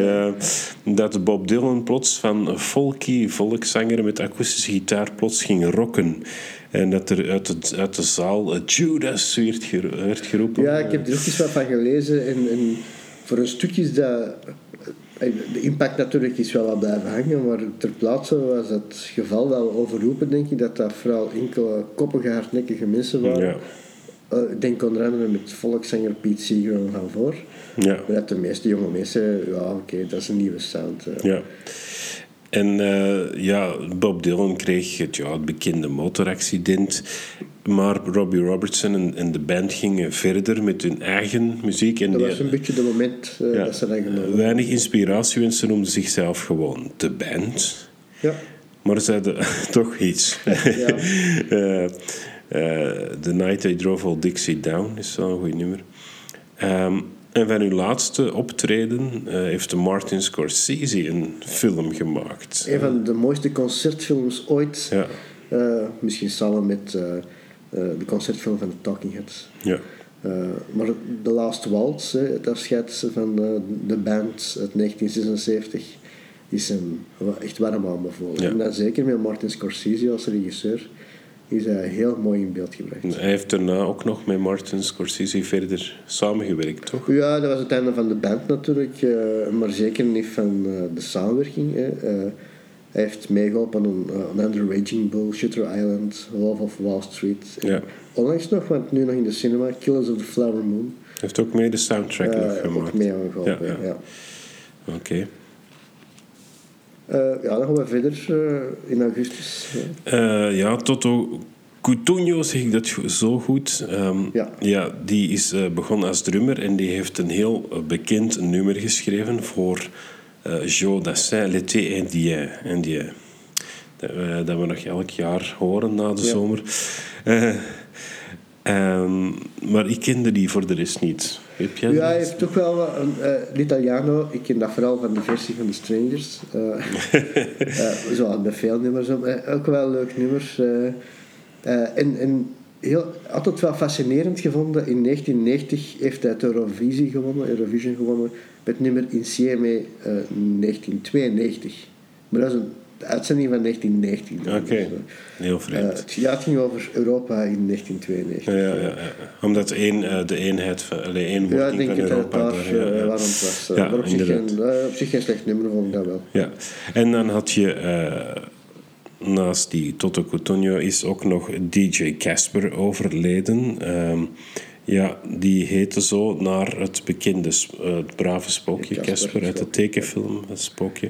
Dat Bob Dylan plots van folky volkszanger met akoestische gitaar plots ging rocken. En dat er uit de zaal Judas werd geroepen. Ja, ik heb er ook eens wat van gelezen. En voor een stukje is dat... De impact natuurlijk is wel wat blijven hangen, maar ter plaatse was het geval wel overroepen, denk ik, dat vooral enkele koppige, hardnekkige mensen waren. Ja. Ik denk onder andere met volkszanger Pete Seeger van voor. Ja. Maar dat de meeste jonge mensen, dat is een nieuwe sound. Ja. En Bob Dylan kreeg het bekende motoraccident. Maar Robbie Robertson en de band gingen verder met hun eigen muziek. En dat was een beetje de moment dat ze dat genomen. Weinig inspiratie, en ze noemden zichzelf gewoon de band. Ja. Maar ze zeiden toch iets. Ja. The Night I Drove Old Dixie Down is wel een goed nummer. En van hun laatste optreden heeft Martin Scorsese een film gemaakt. Een van de mooiste concertfilms ooit. Ja. Misschien samen met de concertfilm van de Talking Heads. Ja. Maar The Last Waltz, het afscheid van de band uit 1976, is een echt warm aanbevolen. Ja. En dan zeker met Martin Scorsese als regisseur is hij heel mooi in beeld gebracht. Hij heeft daarna ook nog met Martin Scorsese verder samengewerkt, toch? Ja, dat was het einde van de band natuurlijk, maar zeker niet van de samenwerking. Hij heeft meegeholpen aan Under Raging Bull, Shutter Island, Wolf of Wall Street. Ja. Onlangs nog, want nu nog in de cinema, Killers of the Flower Moon. Hij heeft ook mee de soundtrack nog gemaakt. Ook mee aangeholpen, ja. Oké. Dan gaan we verder in augustus. Toto Cutugno, zeg ik dat zo goed? Die is begonnen als drummer en die heeft een heel bekend nummer geschreven voor Joe Dassin, L'été Indien. Dat we nog elk jaar horen na de zomer. Maar ik kende die voor de rest niet. Heb jij hij heeft toch wel l'Italiano. Ik ken dat vooral van de versie van The Strangers. Zo met veel nummers op. Ook wel leuk nummers. En altijd wel fascinerend gevonden. In 1990 heeft hij het Eurovision gewonnen met nummer Insieme 1992. Maar dat is de uitzending van 1990. Oké, heel vreemd. Het ging over Europa in 1992. Ja. Omdat de eenheid van één Ja, wording ik denk van dat het Europa daar daar, waarom het was. Ja, Maar op zich geen slecht nummer, vond ik dat wel. Ja, en dan had je naast die Toto Cutugno is ook nog DJ Casper overleden. Die heette zo naar het bekende, het brave spookje Casper uit de tekenfilm, het spookje.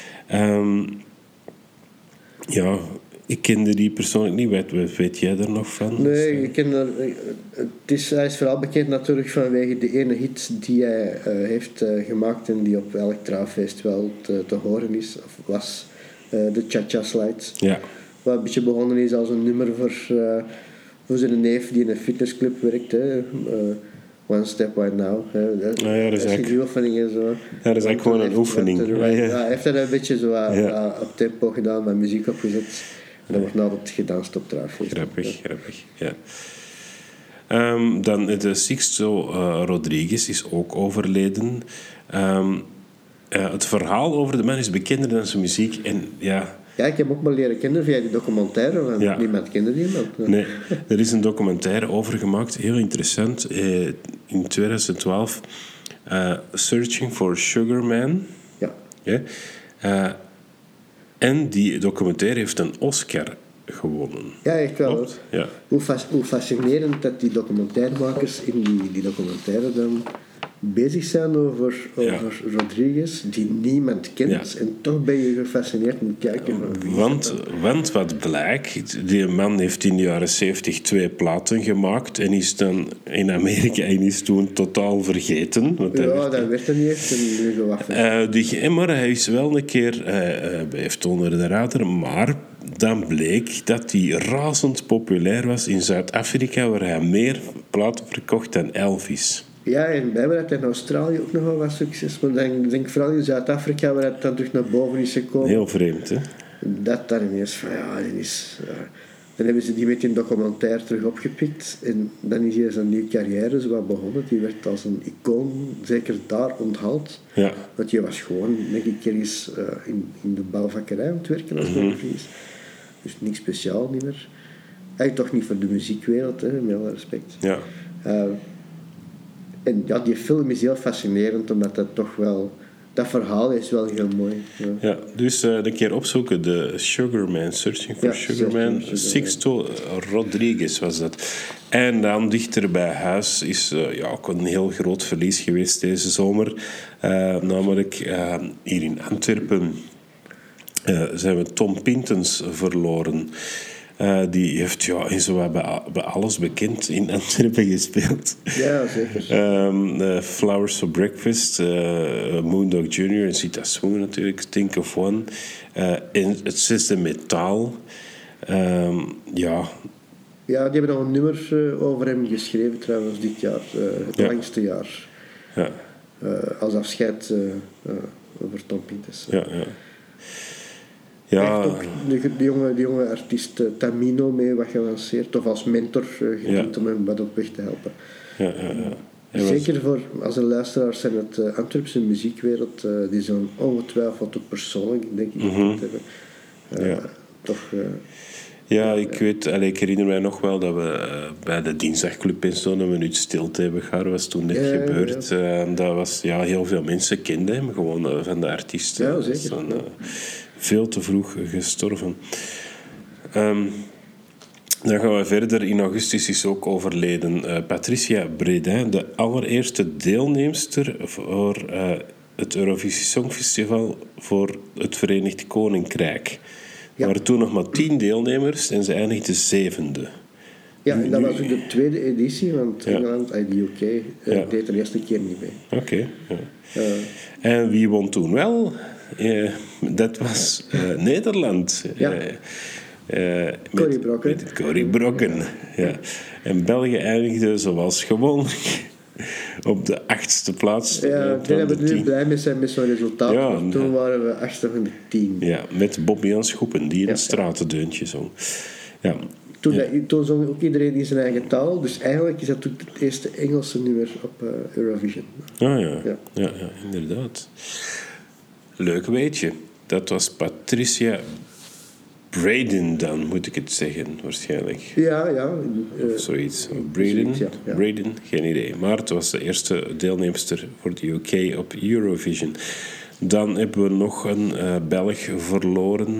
Ik kende die persoonlijk niet. Weet jij er nog van? Nee, ik ken hij is vooral bekend natuurlijk vanwege de ene hit die hij heeft gemaakt en die op elk trouwfeest wel te horen is, of was, de Cha-Cha Slides. Ja. Wat een beetje begonnen is als een nummer voor zijn neef die in een fitnessclub werkt. Hè. One Step Right Now. Dat is eigenlijk die oefeningen zo. Ja, dat is eigenlijk gewoon een oefening. Hij heeft dat een beetje zo op tempo gedaan, met muziek opgezet. En dat wordt altijd gedanst op trouwfeest. Grappig, ja. Dan de Sixto Rodriguez is ook overleden. Het verhaal over de man is bekender dan zijn muziek. En ja, ik heb hem ook maar leren kennen via die documentaire. Want niemand kende die man. Nee, er is een documentaire over gemaakt. Heel interessant. In 2012. Searching for Sugar Man. Ja. En die documentaire heeft een Oscar gewonnen. Ja, echt wel. Klopt? Ja. Hoe fascinerend dat die documentairemakers in die documentaire dan bezig zijn over Rodriguez, die niemand kent. Ja. En toch ben je gefascineerd om te kijken. Want wat blijkt, die man heeft in de jaren 70 2 platen gemaakt en is dan in Amerika en is toen totaal vergeten. Dat werd er niet echt. Maar hij is wel een keer, heeft onder de radar, maar dan bleek dat hij razend populair was in Zuid-Afrika, waar hij meer platen verkocht dan Elvis. Ja, en blijkbaar had hij in Australië ook nog wel wat succes. Maar dan denk ik vooral in Zuid-Afrika, waar het dan terug naar boven is gekomen. Heel vreemd, hè? Dat daar ineens van, dan hebben ze die met een documentaire terug opgepikt. En dan is hij zijn nieuwe carrière zo wat begonnen. Die werd als een icoon, zeker daar, onthaald. Ja. Want je was gewoon, denk ik, ergens in de bouwvakkerij aan het werken als is. Dus niks speciaal niet meer. Eigenlijk toch niet voor de muziekwereld, hè, met alle respect. Ja. En ja, die film is heel fascinerend, omdat dat toch wel... Dat verhaal is wel heel mooi. Ja, dus een keer opzoeken. De Sugar Man, Searching for Sugar Man. Sixto Rodriguez was dat. En dan dichter bij huis is ook een heel groot verlies geweest deze zomer. Namelijk hier in Antwerpen zijn we Tom Pintens verloren. Die heeft zo bij alles bekend in Antwerpen gespeeld. Ja, zeker. Flowers for Breakfast, Moondog Jr. en Zita Swing natuurlijk, Think of One. En het zesde Metaal. Ja, die hebben nog een nummer over hem geschreven trouwens dit jaar. Het langste jaar. Ja. Als afscheid over Tom Pintens. Ja. Ja. Ook die jonge artiest Tamino mee wat gelanceerd, of als mentor gediend om hem wat op weg te helpen. Zeker voor, als een luisteraar zijn het Antwerpse muziekwereld, die zo'n ongetwijfeld ook persoonlijk, denk ik, hebben. Ik weet, ik herinner mij nog wel dat we bij de Dinsdagclub in zo'n minuut stilte hebben gehad. Was toen net gebeurd. Dat was, heel veel mensen kenden hem gewoon van de artiesten. Ja, zeker. Veel te vroeg gestorven. Dan gaan we verder. In augustus is ook overleden Patricia Bredin, de allereerste deelnemster voor het Eurovisie Songfestival voor het Verenigd Koninkrijk. Er waren toen nog maar 10 deelnemers en ze eindigde 7e. Ja, en dat was ook de tweede editie, want Engeland, de UK, deed de eerste keer niet mee. Oké. En wie won toen wel? Dat was Nederland. Met Corrie Brokken. Ja. En België eindigde zoals gewoonlijk op de 8e plaats. Ja, ik denk dat we nu blij mee zijn met zo'n resultaat. Ja, toen waren we 8e van de 10. Ja, met Bobby Schoepen, die in het stratendeuntje zong. Ja. Toen zong ook iedereen in zijn eigen taal. Dus eigenlijk is dat ook het eerste Engelse nummer op Eurovision. Ja, inderdaad. Leuk weetje. Dat was Patricia Braden dan, moet ik het zeggen, waarschijnlijk. Ja. Of zoiets. Braden? Ja. Braden? Geen idee. Maar het was de eerste deelnemster voor de UK op Eurovision. Dan hebben we nog een Belg verloren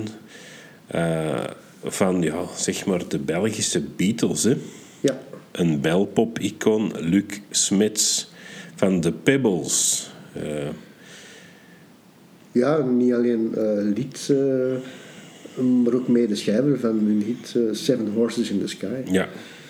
van, zeg maar, de Belgische Beatles, hè? Ja. Een belpop-icoon, Luc Smets van The Pebbles. Ja, niet alleen lied, maar ook medeschrijver van hun hit Seven Horses in the Sky. Ja.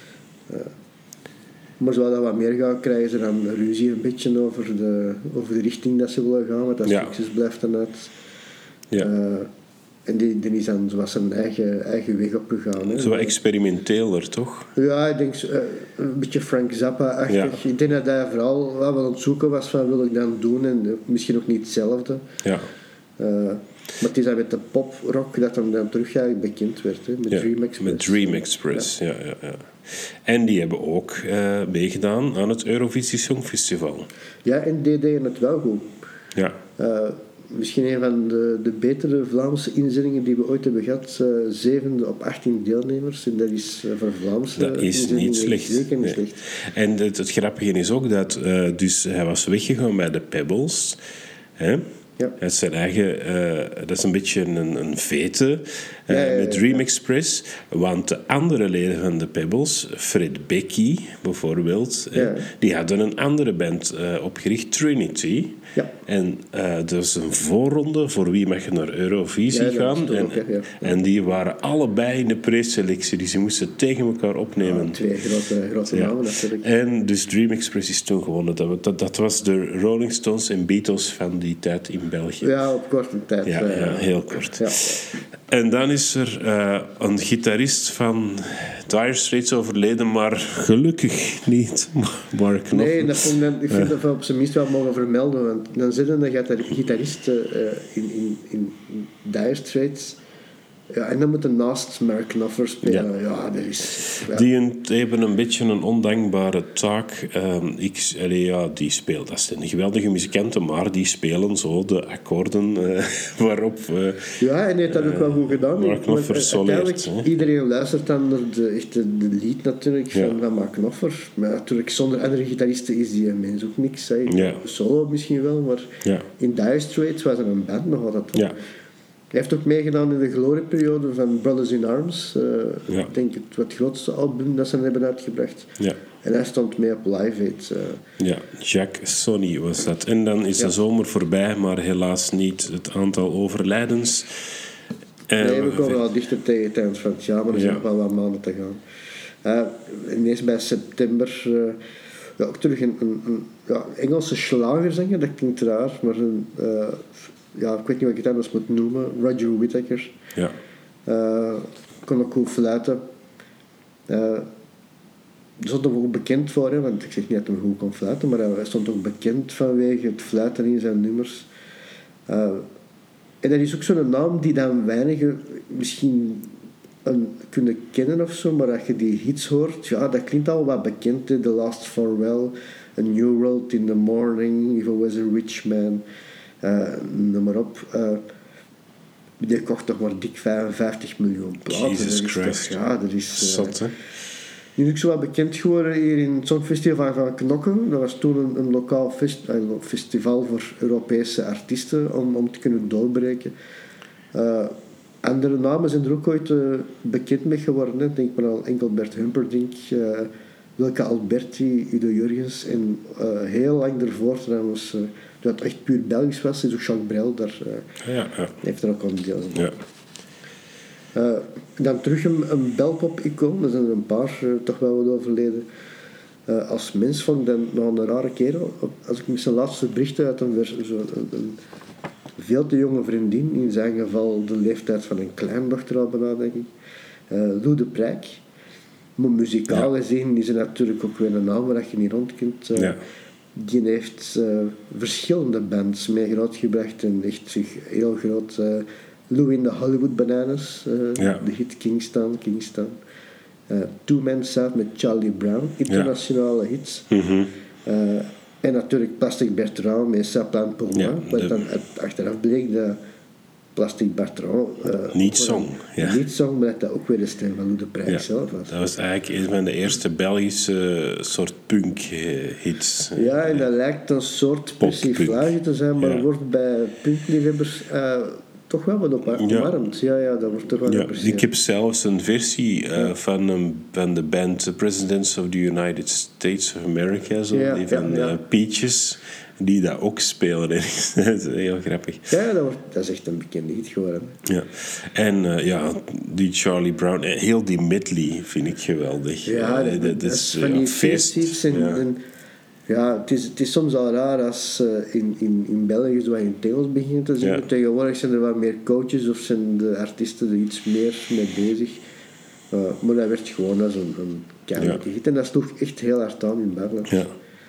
Maar zo dat wat meer gaat, krijgen ze dan ruzie een beetje over de richting dat ze willen gaan, want dat succes blijft dan uit. Ja. En die is dan zoals zijn eigen weg opgegaan. Hè. Zo experimenteler, toch? Ja, ik denk een beetje Frank Zappa-achtig. Ja. Ik denk dat hij vooral wat aan het zoeken was van wil ik dan doen en misschien ook niet hetzelfde. Ja. Maar het is dan met de poprock dat hem dan terug bekend werd, hè, met Dream Express. Met Dream Express, ja. En die hebben ook meegedaan aan het Eurovisie Songfestival. Ja, en die deden het wel goed. Ja. Misschien een van de betere Vlaamse inzendingen die we ooit hebben gehad. 7 op 18 deelnemers. En dat is voor Vlaamse dat is niet slecht. Zeker niet slecht. En het grappige is ook dat dus hij was weggegaan bij de Pebbles. Hè? Ja. Dat is zijn eigen, dat is een beetje een vete met Dream Express. Want de andere leden van de Pebbles, Fred Becky bijvoorbeeld, die hadden een andere band opgericht, Trinity. Ja. En dat is een voorronde voor wie mag je naar Eurovisie gaan. En die waren allebei in de preselectie, dus ze moesten tegen elkaar opnemen. 2 grote namen natuurlijk. En dus Dream Express is toen gewonnen. Dat was de Rolling Stones en Beatles van die tijd in België. Ja, op korte tijd. Ja, heel kort. Ja. En dan is er een gitarist van Dire Straits overleden, maar gelukkig niet Mark Knopfler. Nee, ik vind dat we op zijn minst wel mogen vermelden. Want dan zitten de gitaristen in Dire Straits. Ja, en dan moeten naast Mark Knopfler spelen. Ja, dat is... Ja. Die hebben een beetje een ondankbare taak. Die speelt, dat zijn geweldige muzikanten, maar die spelen zo de akkoorden waarop... ja, en hij heeft dat ook wel goed gedaan. Mark Knopfler soleert. Iedereen luistert dan naar de lied natuurlijk van Mark Knopfler. Maar natuurlijk, zonder andere gitaristen is die mens ook niks. Solo misschien wel, maar in Dire Straits was er een band nog altijd. Ja. Hij heeft ook meegedaan in de glorieperiode van Brothers in Arms. Ik denk het grootste album dat ze hebben uitgebracht. Ja. En hij stond mee op Live Aid. Ja, Jacques Sonny was dat. En dan is de zomer voorbij, maar helaas niet het aantal overlijdens. Nee, we komen al dichter tegen het eind van het jaar, maar er zijn nog wel wat maanden te gaan. Ineens bij september... ook terug een Engelse slagerzanger, dat klinkt raar, maar ik weet niet wat ik het anders moet noemen. Roger Whittaker. Ja. Kon ook goed fluiten. Daar stond hem ook bekend voor, hè, want ik zeg niet dat hij goed kon fluiten, maar hij stond ook bekend vanwege het fluiten in zijn nummers. En dat is ook zo'n naam die dan weinigen misschien kunnen kennen of zo, maar als je die hits hoort, ja, dat klinkt al wat bekend. Hè? The Last Farewell, A New World in the Morning, If I Was a Rich Man, noem maar op. Die kocht toch maar dik 55 miljoen platen. Jesus Christ. Dat is... Zot, hè? Nu is ook zo wat bekend geworden hier in het Songfestival van Knokken. Dat was toen een lokaal festival voor Europese artiesten om te kunnen doorbreken. Andere namen zijn er ook ooit bekend mee geworden. Hè. Denk maar aan Engelbert Humperdinck, Wilke Alberti, Udo Jurgens en heel lang daarvoor trouwens, dat het echt puur Belgisch was, is ook Jacques Brel, daar heeft er ook aan deel. Ja. Dan terug een belpop-icoon, er zijn er een paar toch wel wat overleden. Als mens vond ik dan nog een rare kerel. Als ik met zijn laatste berichten uit een veel te jonge vriendin, in zijn geval de leeftijd van een kleindochter al bijna, denk ik. Lou de Prijk. Maar muzikaal gezien is er natuurlijk ook weer een naam waar je niet rond kunt. Die heeft verschillende bands mee grootgebracht en echt zich heel groot... Lou in the Hollywood Bananas, de hit Kingston. Two Men South met Charlie Brown, internationale hits. Mm-hmm. En natuurlijk Plastic Bertrand met Sapin pour moi, wat dan achteraf bleek dat Plastic Bertrand. Niet zong. Ja. Niet zong, maar dat ook weer de stem van Lou de Prijs zelf was. Dat was eigenlijk een van de eerste Belgische soort punk-hits. Ja, en dat lijkt een soort persiflage te zijn, maar wordt bij punkliefhebbers toch wel wat omarmd. Ja, dat wordt toch wel geapprecieerd. Ik heb zelfs een versie van de band The Presidents of the United States of America, die van Peaches, die dat ook spelen. Dat is heel grappig. Ja, dat is echt een bekende hit geworden. Ja. En die Charlie Brown, heel die medley vind ik geweldig. Ja, dat is van die feesthits. Het is soms al raar als in België zo in Theos beginnen te zingen. Ja. Tegenwoordig zijn er wat meer coaches of zijn de artiesten er iets meer mee bezig. Maar dat werd gewoon als een keihard hit. En dat sloeg echt heel hard aan in Berlijn. Ja.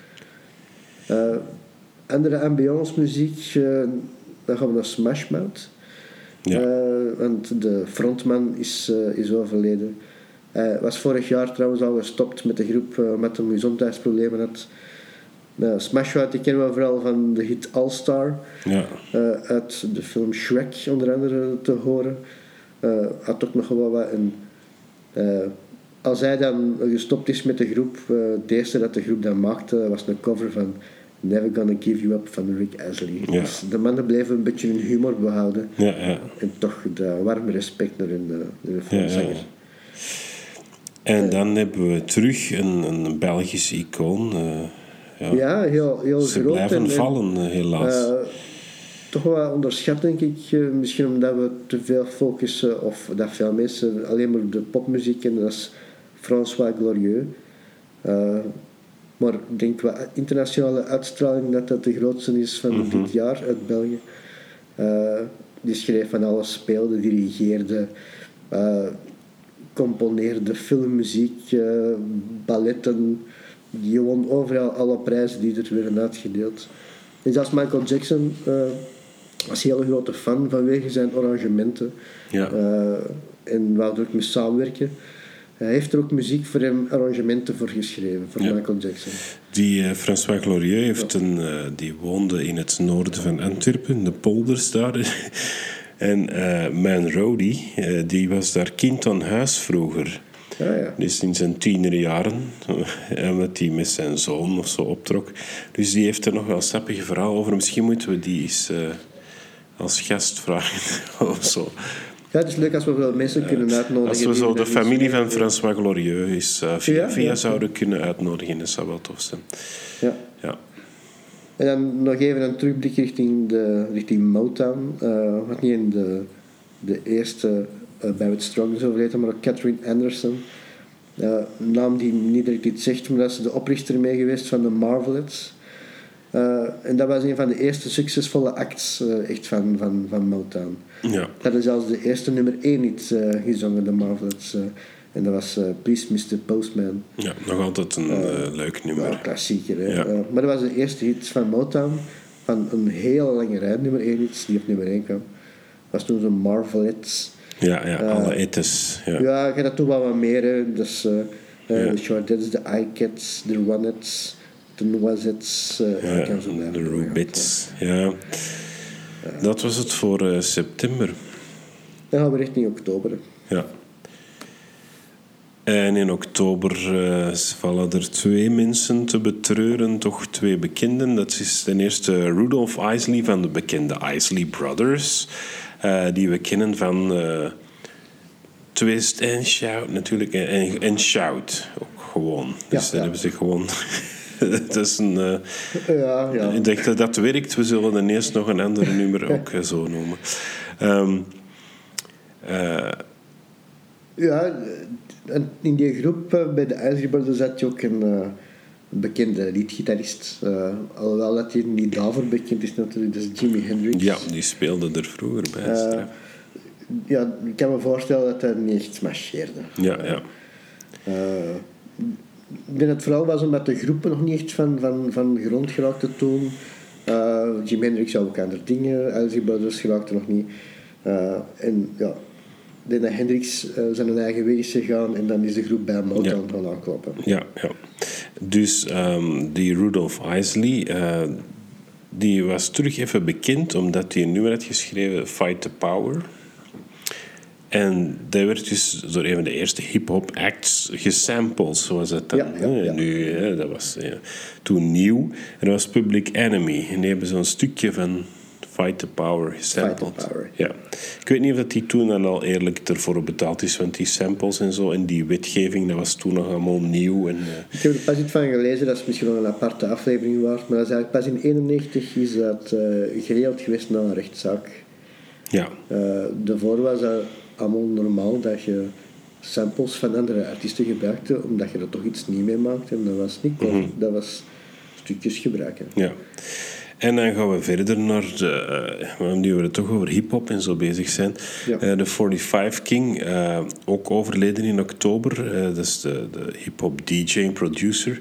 Andere ambiance muziek, dan gaan we naar Smash Mouth. Want de frontman is overleden. Hij was vorig jaar trouwens al gestopt met de groep met een gezondheidsproblemen had. Smash Mouth die kennen we vooral van de hit All Star. Ja. Uit de film Shrek onder andere te horen. Had ook nog wel wat. Als hij dan gestopt is met de groep, het eerste dat de groep dan maakte was een cover van Never Gonna Give You Up van Rick Astley. Ja. Dus de mannen bleven een beetje hun humor behouden. Ja. En toch de warme respect naar hun frontzanger. Ja. En dan hebben we terug een Belgisch icoon. Heel Ze groot. blijven vallen, helaas. Toch wel onderschat, denk ik. Misschien omdat we te veel focussen, of dat veel mensen alleen maar de popmuziek kennen. Dat is François Glorieux. Maar ik denk wel internationale uitstraling dat de grootste is van dit jaar uit België. Die schreef van alles, speelde, dirigeerde, componeerde filmmuziek, balletten. Die won overal alle prijzen die er werden uitgedeeld. En zelfs Michael Jackson was een hele grote fan vanwege zijn arrangementen. Ja. En wou er ook mee samenwerken. Hij heeft er ook muziek voor hem, arrangementen voor geschreven, voor Michael Jackson. Die François Glorieux die woonde in het noorden van Antwerpen, de polders daar. En mijn roadie, die was daar kind aan huis vroeger. Dus in zijn tienerjaren, omdat hij met zijn zoon of zo optrok. Dus die heeft er nog wel een sappig verhaal over. Misschien moeten we die eens als gast vragen of zo. Ja, het is leuk als we wel mensen kunnen uitnodigen. Als we zo de familie van François Glorieux via zouden kunnen uitnodigen, dat zou wel tof zijn. Ja. En dan nog even een terugblik richting Motown. Wat niet in de eerste Barrett Strong is overleden, maar ook Catherine Anderson. Een naam die niet direct iets zegt, maar dat is de oprichter mee geweest van de Marvelettes. En dat was een van de eerste succesvolle acts echt van Motown. Ja. Dat is zelfs de eerste nummer 1 hit gezongen, de Marvelettes. En dat was Please Mr. Postman. Ja, nog altijd een leuk nummer. Een klassieker. Hè? Maar dat was de eerste hit van Motown. Van een hele lange rij nummer 1 hits die op nummer 1 kwam. Dat was toen zo'n Marvelettes. Alle etes. Ja, ik ga dat toch wel wat meer. Hè. Dus de Shortettes, de iCats, de Ronettes, de Noisettes. De Rubits. Ja. Dat was het voor september. Dan gaan we richting oktober. Ja. En in oktober vallen er 2 mensen te betreuren, toch 2 bekenden. Dat is ten eerste Rudolph Isley van de bekende Isley Brothers. Die we kennen van Twist and Shout natuurlijk. En Shout ook gewoon. Dus dat hebben ze gewoon... Dat is een... Ik denk dat werkt. We zullen dan eerst nog een ander nummer ook zo noemen. In die groep bij de Isley Brothers zat je ook een bekende leadgitarist. Alhoewel dat hij niet daarvoor bekend is natuurlijk, dat is Jimi Hendrix. Ja, die speelde er vroeger bij. Ik kan me voorstellen dat hij niet echt marcheerde. Ja. Ik denk dat het vooral was omdat de groepen nog niet echt van grond geraakten toen. Jimi Hendrix zou ook andere dingen, Isley Brothers geraakten nog niet. Ik denk dat Hendrix zijn eigen weg is gegaan en dan is de groep bij Motown gaan aankloppen. Ja. Dus die Rudolph Isley, die was terug even bekend omdat hij een nummer had geschreven, Fight the Power. En dat werd dus door een van de eerste hip-hop acts gesampled, zoals dat dan. Ja. Nu, dat was toen nieuw. En dat was Public Enemy. En die hebben zo'n stukje van Fight the Power gesampled. Fight the Power. Ja. Ik weet niet of dat die toen dan al eerlijk ervoor betaald is, want die samples en zo en die wetgeving, dat was toen nog allemaal nieuw. En, Ik heb er pas iets van gelezen, dat is misschien wel een aparte aflevering waard, maar dat is eigenlijk pas in 1991 is dat geregeld geweest na een rechtszaak. ja. Daarvoor was dat allemaal normaal dat je samples van andere artiesten gebruikte, omdat je er toch iets nieuw mee maakte. En dat was niet cover, dat was stukjes gebruiken. Ja. En dan gaan we verder naar nu we het toch over hip-hop en zo bezig zijn. Ja. De 45 King, ook overleden in oktober. Dat is de hip-hop DJ en producer.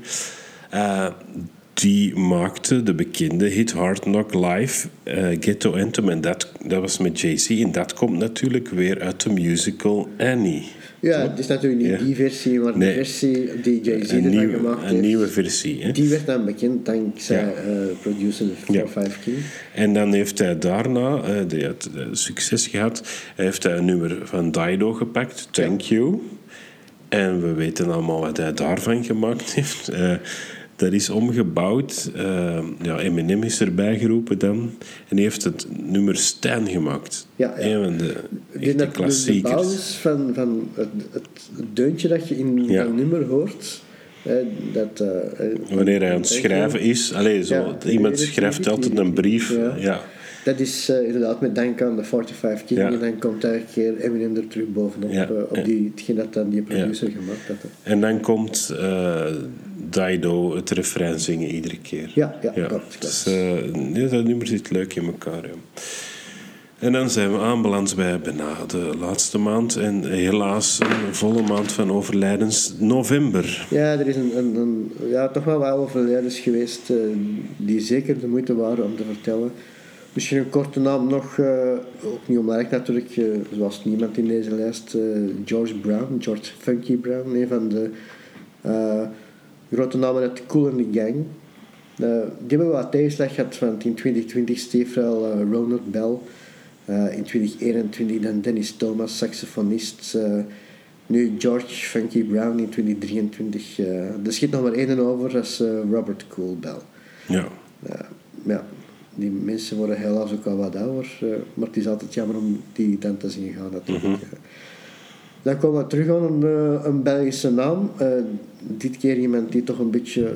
Die maakte de bekende hit Hard Knock Live, Ghetto Anthem. En dat was met Jay-Z. En dat komt natuurlijk weer uit de musical Annie. Ja, het is natuurlijk niet die versie, maar de versie die Jay-Z ervan gemaakt heeft. Een nieuwe versie. Hè? Die werd dan bekend dankzij producer 45 King. En dan heeft hij daarna succes gehad. Hij heeft een nummer van Dido gepakt, Thank You. En we weten allemaal wat hij daarvan gemaakt heeft. Dat is omgebouwd. Eminem is erbij geroepen dan. En hij heeft het nummer Stan gemaakt. Een van de echte klassiekers. De basis van het deuntje dat je in dat nummer hoort. Wanneer hij aan het schrijven is. Iemand schrijft altijd een brief. Ja. Dat is inderdaad met dank aan de 45 King. En dan komt elke keer Eminem er terug bovenop. Op hetgeen dat dan die producer gemaakt had. En dan komt Dido het refrein zingen iedere keer. Ja. Klopt. Dus, dat nummer zit leuk in elkaar. Ja. En dan zijn we aanbeland bij bijna de laatste maand. En helaas een volle maand van overlijdens, november. Ja, er is toch wel wat overlijdens geweest die zeker de moeite waren om te vertellen. Misschien een korte naam nog, ook niet onbelangrijk natuurlijk, zoals niemand in deze lijst, George Funky Brown, een van de grote namen uit Kool and the Gang. Die hebben wat tegenslag gehad, want in 2020 stierf wel Ronald Bell, in 2021 dan Dennis Thomas, saxofonist, nu George Funky Brown in 2023. Er schiet nog maar één over, dat is Robert Cool Bell. Ja. Die mensen worden helaas ook al wat ouder, maar het is altijd jammer om die dan te zien gaan natuurlijk. Dan komen we terug aan een Belgische naam. Dit keer iemand die toch een beetje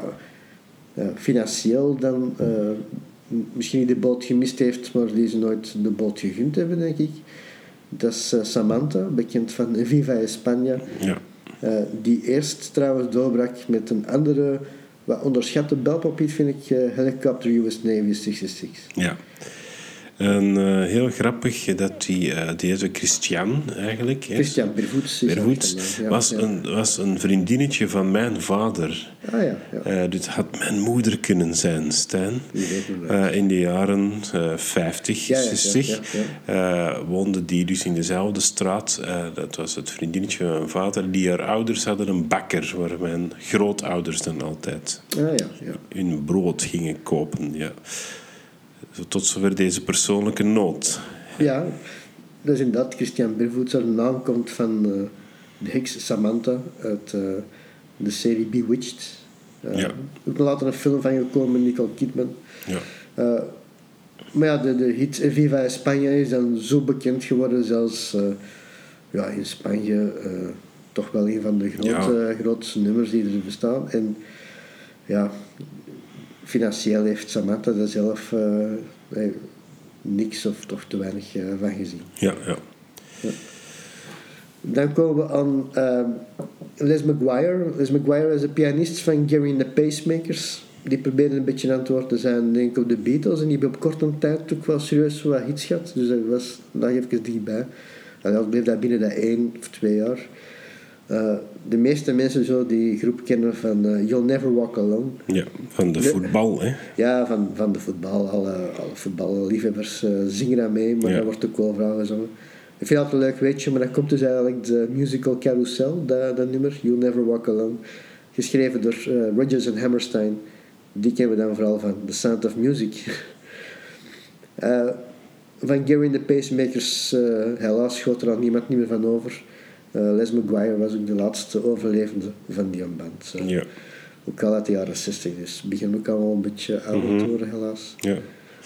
financieel dan misschien niet de boot gemist heeft, maar die ze nooit de boot gegund hebben, denk ik. Dat is Samantha, bekend van Viva España. Ja. Die eerst trouwens doorbrak met een andere, wat onderschatte belpopiet, vind ik, Helicopter US Navy 66. Ja. En heel grappig dat die deze Christian eigenlijk... Christian Bervoets was een vriendinnetje van mijn vader. Dit had mijn moeder kunnen zijn, Stijn. In de jaren 50, 60 woonde die dus in dezelfde straat. Dat was het vriendinnetje van mijn vader. Die haar ouders hadden een bakker, waar mijn grootouders dan altijd hun brood gingen kopen. Ja. Tot zover deze persoonlijke noot. Ja, dat is inderdaad Christian Bervoets. Zijn naam komt van de heks Samantha uit de serie Bewitched. Ook nog later een film van gekomen met Nicole Kidman. Maar de hit Viva España is dan zo bekend geworden, zelfs in Spanje toch wel een van de grootste nummers die er bestaan. En financieel heeft Samantha daar zelf niks of toch te weinig van gezien. Ja. Dan komen we aan Les Maguire. Les Maguire is een pianist van Gary and the Pacemakers. Die probeerde een beetje aan het woord te zijn, denk ik, op de Beatles. En die hebben op korte tijd ook wel serieus wat hits gehad. Dus dat was nog even dichtbij. Al bleef dat binnen dat 1 of 2 jaar. De meeste mensen zo die groep kennen van You'll Never Walk Alone. Ja, van de voetbal, hè? Ja, van de voetbal. Alle voetballiefhebbers zingen daar mee, maar daar wordt ook wel vrouwen gezongen. Ik vind dat een leuk weetje, maar dat komt dus eigenlijk de musical Carousel, dat nummer, You'll Never Walk Alone. Geschreven door Rodgers and Hammerstein Die kennen we dan vooral van The Sound of Music. Van Gary and the Pacemakers, helaas schoot er al niemand niet meer van over. Les Maguire was ook de laatste overlevende van die band. Ja. Ook al uit de jaren 60, dus het begint ook al een beetje ouder te worden, helaas. Ja.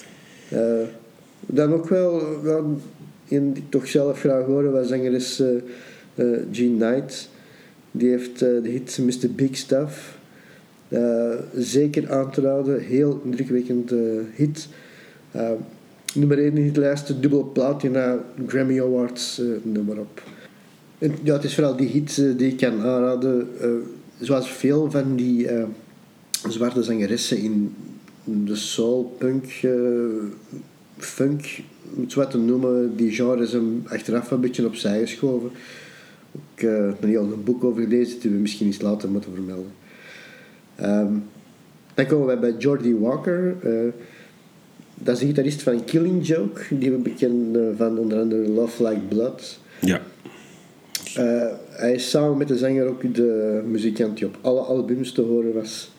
Dan ook wel, een die ik toch zelf graag horen, was zangeres Jean Knight. Die heeft de hit Mr. Big Stuff. Zeker aan te raden, heel indrukwekkende hit. Nummer 1 in de lijst, dubbele platina, Grammy Awards, noem maar op. En, ja, het is vooral die hit die ik kan aanraden. Zoals veel van die zwarte zangeressen in de soul, punk, funk, iets wat te noemen, die genres hem achteraf een beetje opzij geschoven. Ik heb nog niet al een boek over gelezen die we misschien eens later moeten vermelden. Dan komen we bij Geordie Walker. Dat is de gitarist van Killing Joke, die we bekenden van onder andere Love Like Blood. Ja. Hij is samen met de zanger ook de muzikant die op alle albums te horen was.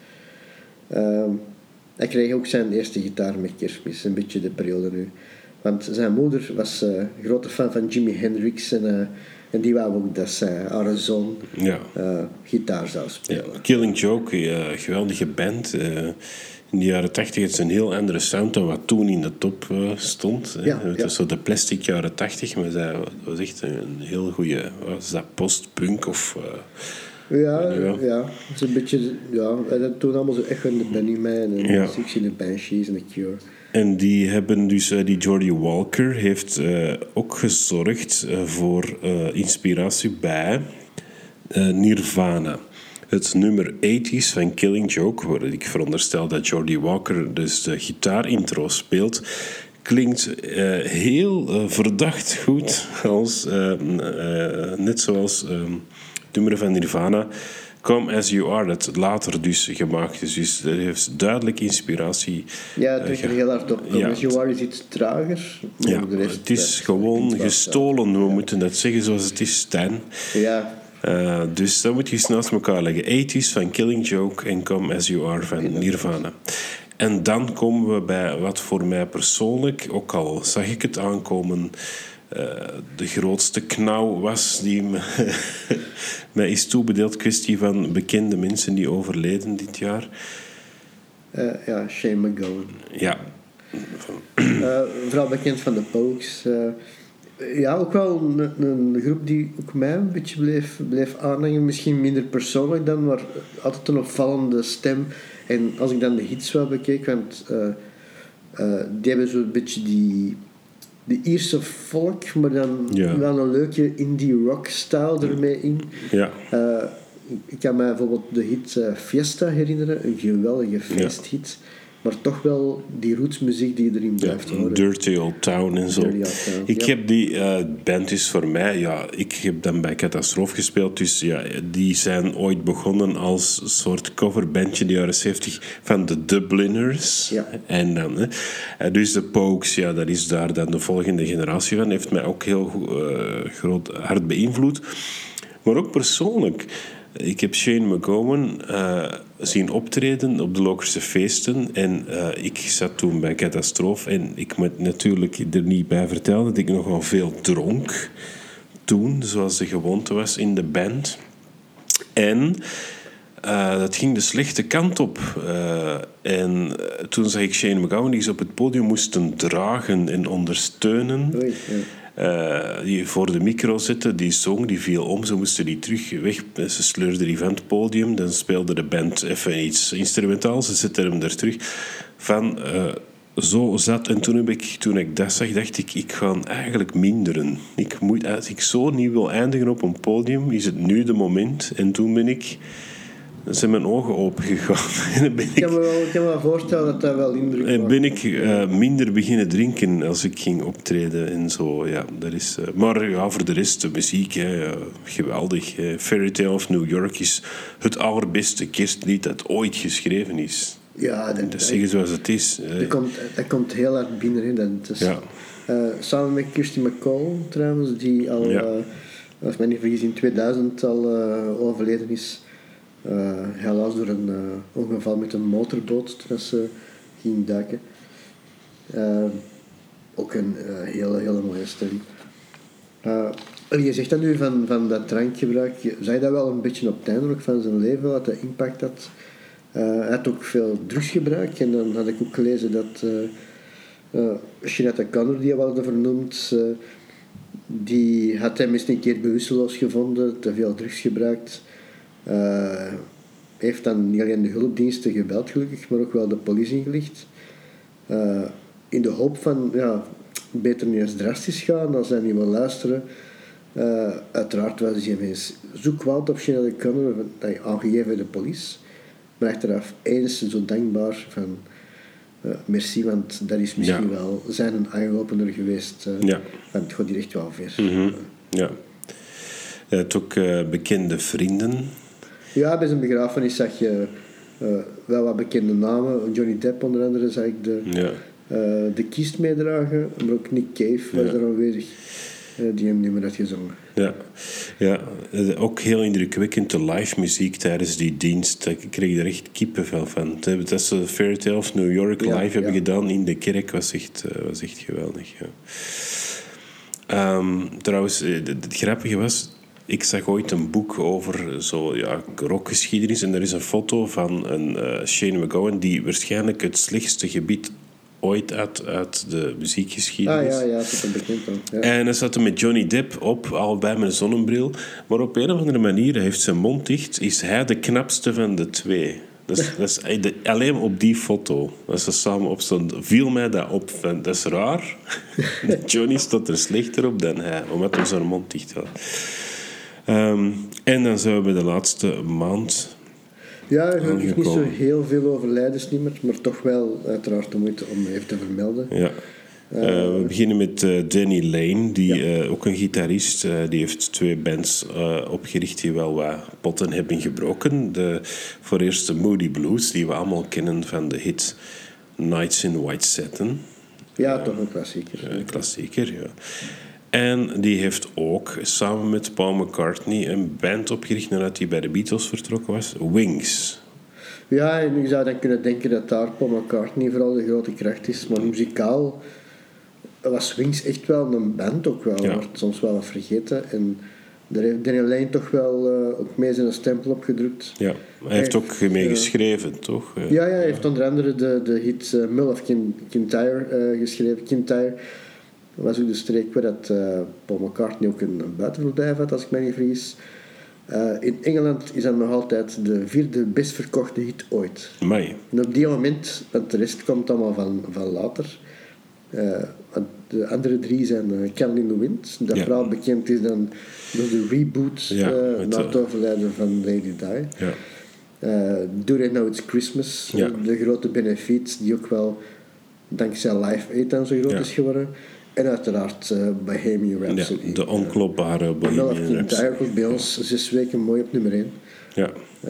Hij kreeg ook zijn eerste gitaar met Kerstmis, een beetje de periode nu. Want zijn moeder was grote fan van Jimi Hendrix en die wou ook dat haar zoon gitaar zou spelen. Ja. Killing Joke, geweldige band. In de jaren 80 is een heel andere sound dan wat toen in de top stond. Het was zo de plastic jaren 80, maar dat was echt een heel goede... Was dat post-punk of... Ja, het is een beetje... Ja, dat toen allemaal zo echt in de Benny Man en Six in the Banshees en The Cure. En die hebben dus... die Geordie Walker heeft ook gezorgd voor inspiratie bij Nirvana. Het nummer 80's van Killing Joke, waar ik veronderstel dat Geordie Walker dus de gitaarintro speelt, klinkt heel verdacht goed, als, net zoals het nummer van Nirvana, Come As You Are, dat later dus gemaakt is. Dus dat heeft duidelijk inspiratie. Ja, het trekt er heel hard op. Come As You Are is iets trager. Ja, het is gewoon gestolen, we moeten dat zeggen zoals het is, Stijn. Ja. Dus dat moet je eens naast elkaar leggen. 80's van Killing Joke en Come As You Are van Nirvana. En dan komen we bij wat voor mij persoonlijk, ook al zag ik het aankomen, de grootste knauw was die mij is toebedeeld. Kwestie van bekende mensen die overleden dit jaar. Shane MacGowan. Ja. Vooral bekend van de Pogues. Ja, ook wel een groep die ook mij een beetje bleef aanhangen. Misschien minder persoonlijk dan, maar altijd een opvallende stem. En als ik dan de hits wel bekeek, want die hebben zo'n beetje de Ierse folk, maar dan wel een leuke indie rock style ermee in. Ja. Ik kan mij bijvoorbeeld de hit Fiesta herinneren, een geweldige feesthit. Maar toch wel die rootsmuziek die je erin blijft horen. Dirty Old Town en zo. Ik heb die band is voor mij... ik heb dan bij Catastrofe gespeeld. Dus die zijn ooit begonnen als soort coverbandje in de jaren 70 van de Dubliners. Ja. En dan... dus de Pogues, dat is daar dan de volgende generatie van. Heeft mij ook heel hard beïnvloed. Maar ook persoonlijk... Ik heb Shane MacGowan zien optreden op de Lokerse feesten. En ik zat toen bij Catastrofe. En ik moet natuurlijk er niet bij vertellen dat ik nogal veel dronk toen, zoals de gewoonte was in de band. En dat ging de slechte kant op. En toen zag ik Shane MacGowan die ze op het podium moesten dragen en ondersteunen. Oei, die voor de micro zitten, die zong, die viel om. Ze moesten die terug weg. Ze sleurden die van het podium. Dan speelde de band even iets instrumentaals. Ze zetten hem er terug. Zo zat. En toen ik dat zag, dacht ik ga eigenlijk minderen. Als ik zo niet wil eindigen op een podium, is het nu de moment. En toen zijn mijn ogen opengegaan. Ik kan me wel voorstellen dat wel indruk maakt. En ben ik minder beginnen drinken als ik ging optreden en zo. Ja, dat is, maar voor de rest, de muziek, geweldig. Fairy Tale of New York is het allerbeste kerstlied dat ooit geschreven is. Ja, dat zeggen zoals het is. Dat komt heel hard binnen. Dat is, samen met Kirsty MacColl trouwens, die al, als ik me niet vergis, in 2000 al overleden is. helaas door een ongeval met een motorboot toen ze ging duiken. Ook een hele mooie stem. Je zegt dat nu van dat drankgebruik. Zei dat wel een beetje op het einde ook van zijn leven, wat de impact had? Hij had ook veel drugsgebruik. En dan had ik ook gelezen dat Sinéad O'Connor, die we hadden vernoemd, die had hem eens een keer bewusteloos gevonden, te veel drugs gebruikt. Heeft dan niet alleen de hulpdiensten gebeld gelukkig, maar ook wel de politie ingelicht. In de hoop van, beter niet eens drastisch gaan als hij niet wil luisteren. Uiteraard was hij eens zoekwoud op Sinéad O'Connor, aangegeven de politie. Maar achteraf eens zo dankbaar van merci, want dat is misschien wel zijn een eye-opener geweest. Want het gaat hier echt wel ver. Mm-hmm. Ja. Hij had ook bekende vrienden. Ja, bij zijn begrafenis zag je wel wat bekende namen. Johnny Depp onder andere zag ik de kiest meedragen, maar ook Nick Cave was daar aanwezig. Die hem nummer had gezongen. Ja, ook heel indrukwekkend de live muziek tijdens die dienst. Ik kreeg er echt kippenvel van. Dat ze Fairy Tale of New York live hebben gedaan in de kerk was echt geweldig. Ja. Trouwens, het grappige was, ik zag ooit een boek over rockgeschiedenis en er is een foto van een Shane MacGowan die waarschijnlijk het slechtste gebied ooit uit de muziekgeschiedenis. Ja, dat is een bekend dan. Ja. En hij zat er met Johnny Depp op, allebei met een zonnebril. Maar op een of andere manier, hij heeft zijn mond dicht, is hij de knapste van de twee. Dat is alleen op die foto, als ze samen op stonden, viel mij dat op. Dat is raar. Johnny staat er slechter op dan hij, omdat hij zijn mond dicht had. En dan zijn we de laatste maand... Ja, er zijn niet zo heel veel overlijdensnummers, maar toch wel uiteraard de moeite om even te vermelden. Ja. We beginnen met Danny Lane, die ook een gitarist. Die heeft 2 bands opgericht die wel wat potten hebben gebroken. Voor eerst de Moody Blues, die we allemaal kennen van de hit Nights in White Satin. Ja, toch een klassieker. Een klassieker, ja. En die heeft ook samen met Paul McCartney een band opgericht nadat hij bij de Beatles vertrokken was. Wings. Ja, en je zou dan kunnen denken dat daar Paul McCartney vooral de grote kracht is. Maar muzikaal was Wings echt wel een band ook wel. Wordt soms wel wat vergeten. En daar heeft Danny Lane toch wel ook mee zijn stempel op gedrukt. Ja, hij heeft ook mee geschreven, toch? Ja, hij heeft onder andere de hit Mull of Kintyre geschreven. Kintyre was ook de streek waar dat, Paul McCartney ook een buitenverblijf had, als ik me niet vergis. In Engeland is dat nog altijd de 4e best verkochte hit ooit. Amai. En op die moment, want de rest komt allemaal van later. Want de andere 3 zijn Candle in the Wind, dat vooral bekend is dan door de reboot na het overlijden van Lady Di. Do They Know It's Christmas, de grote benefiet die ook wel dankzij Live Aid dan zo groot is geworden. En uiteraard Bohemian Rhapsody. Ja, de onklopbare Bohemian Rhapsody. Ook bij ons 6 weken mooi op nummer 1. Ja.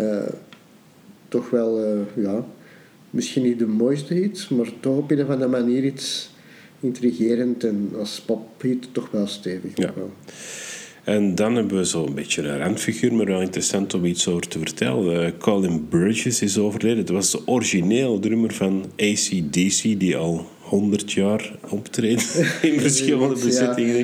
Toch wel, misschien niet de mooiste hit, maar toch op een of andere manier iets intrigerend en als pophit toch wel stevig. Ja. En dan hebben we zo'n beetje een randfiguur, maar wel interessant om iets over te vertellen. Colin Burgess is overleden. Dat was de origineel drummer van AC/DC, die al 100 jaar optreedt in verschillende bezittingen.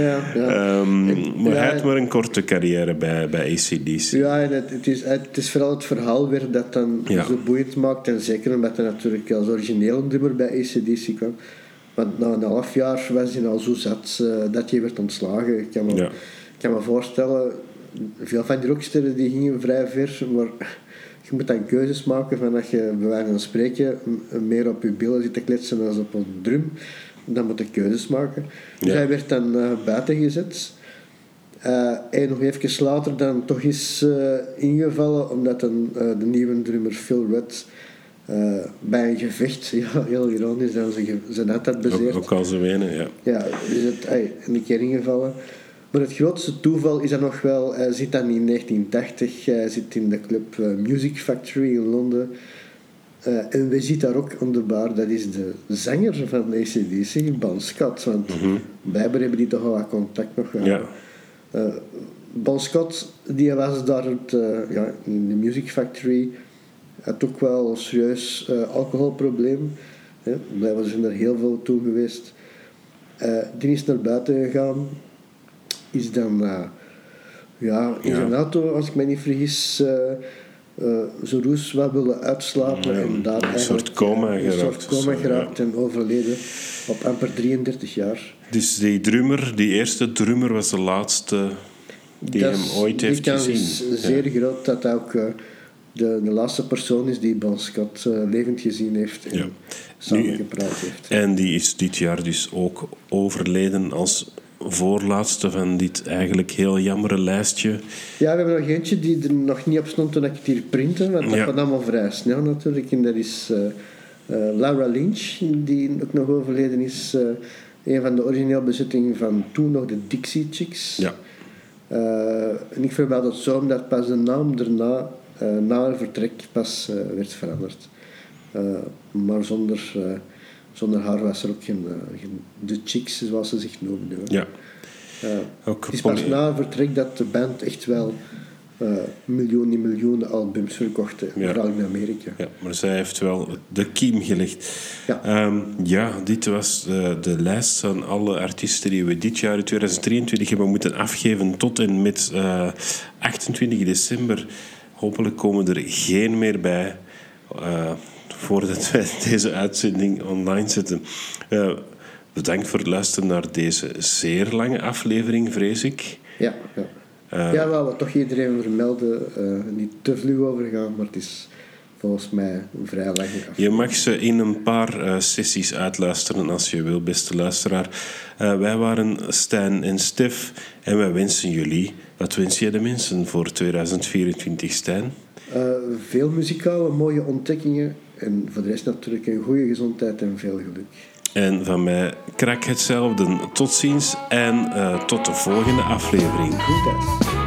Maar hij had maar een korte carrière bij AC/DC. Ja, en het is vooral het verhaal weer dat dan zo boeiend maakt. En zeker omdat hij natuurlijk als origineel drummer bij AC/DC kwam. Want na een half jaar was hij al zo zat dat hij werd ontslagen. Ik kan me voorstellen, veel van die rocksterren die gingen vrij ver, maar je moet dan keuzes maken van dat je bij wijze van spreken meer op je billen zit te kletsen dan op een drum. Dan moet je keuzes maken. Dus hij werd dan buiten gezet. En nog even later dan toch eens ingevallen, omdat de nieuwe drummer Phil Rudd bij een gevecht, heel ironisch, dan zijn had bezeerd. Ook al zo wenen, ja. Ja, dus een keer ingevallen. Maar het grootste toeval is dan nog wel, hij zit dan in 1980, hij zit in de club Music Factory in Londen. En we zitten daar ook aan de bar, dat is de zanger van AC/DC, Bon Scott. Want blijkbaar hebben die toch al wat contact nog gehad. Bon Scott, die was daar in de Music Factory, had ook wel een serieus alcoholprobleem. Blijkbaar zijn er heel veel toen geweest. Die is naar buiten gegaan. Is dan in zijn auto, als ik me niet vergis, zo roes wat willen uitslapen. En daar een soort coma geraakt en overleden op amper 33 jaar. Dus die eerste drummer was de laatste die hem ooit heeft gezien. Die kans is zeer groot dat hij ook de laatste persoon is die Bon Scott levend gezien heeft en samengepraat heeft. En die is dit jaar dus ook overleden als voorlaatste van dit eigenlijk heel jammere lijstje. Ja, we hebben nog eentje die er nog niet op stond toen ik het hier printte, want dat gaat allemaal vrij snel natuurlijk. En dat is Laura Lynch, die ook nog overleden is. Een van de originele bezittingen van toen nog de Dixie Chicks. Ja. En ik verbaal het zo, omdat pas de naam daarna, na haar vertrek, pas werd veranderd. Maar zonder haar was er ook geen de Chicks, zoals ze zich noemden. Ja. Het is pas na haar vertrek dat de band echt wel miljoenen albums verkochten, vooral in Amerika. Ja, maar zij heeft wel de kiem gelegd. Ja, dit was de lijst van alle artiesten die we dit jaar in 2023 hebben moeten afgeven tot en met 28 december. Hopelijk komen er geen meer bij voordat wij deze uitzending online zetten. Bedankt voor het luisteren naar deze zeer lange aflevering, vrees ik. Ja. Ja, wel, wat toch iedereen vermelden, niet te vlug overgaan, maar het is volgens mij een vrij lange aflevering. Je mag ze in een paar sessies uitluisteren als je wil, beste luisteraar. Wij waren Stijn en Stef en wij wensen jullie... Wat wens jij de mensen voor 2024, Stijn? Veel muzikale, mooie ontdekkingen en voor de rest natuurlijk een goede gezondheid en veel geluk. En van mij krak hetzelfde. Tot ziens en tot de volgende aflevering. Goed thuis.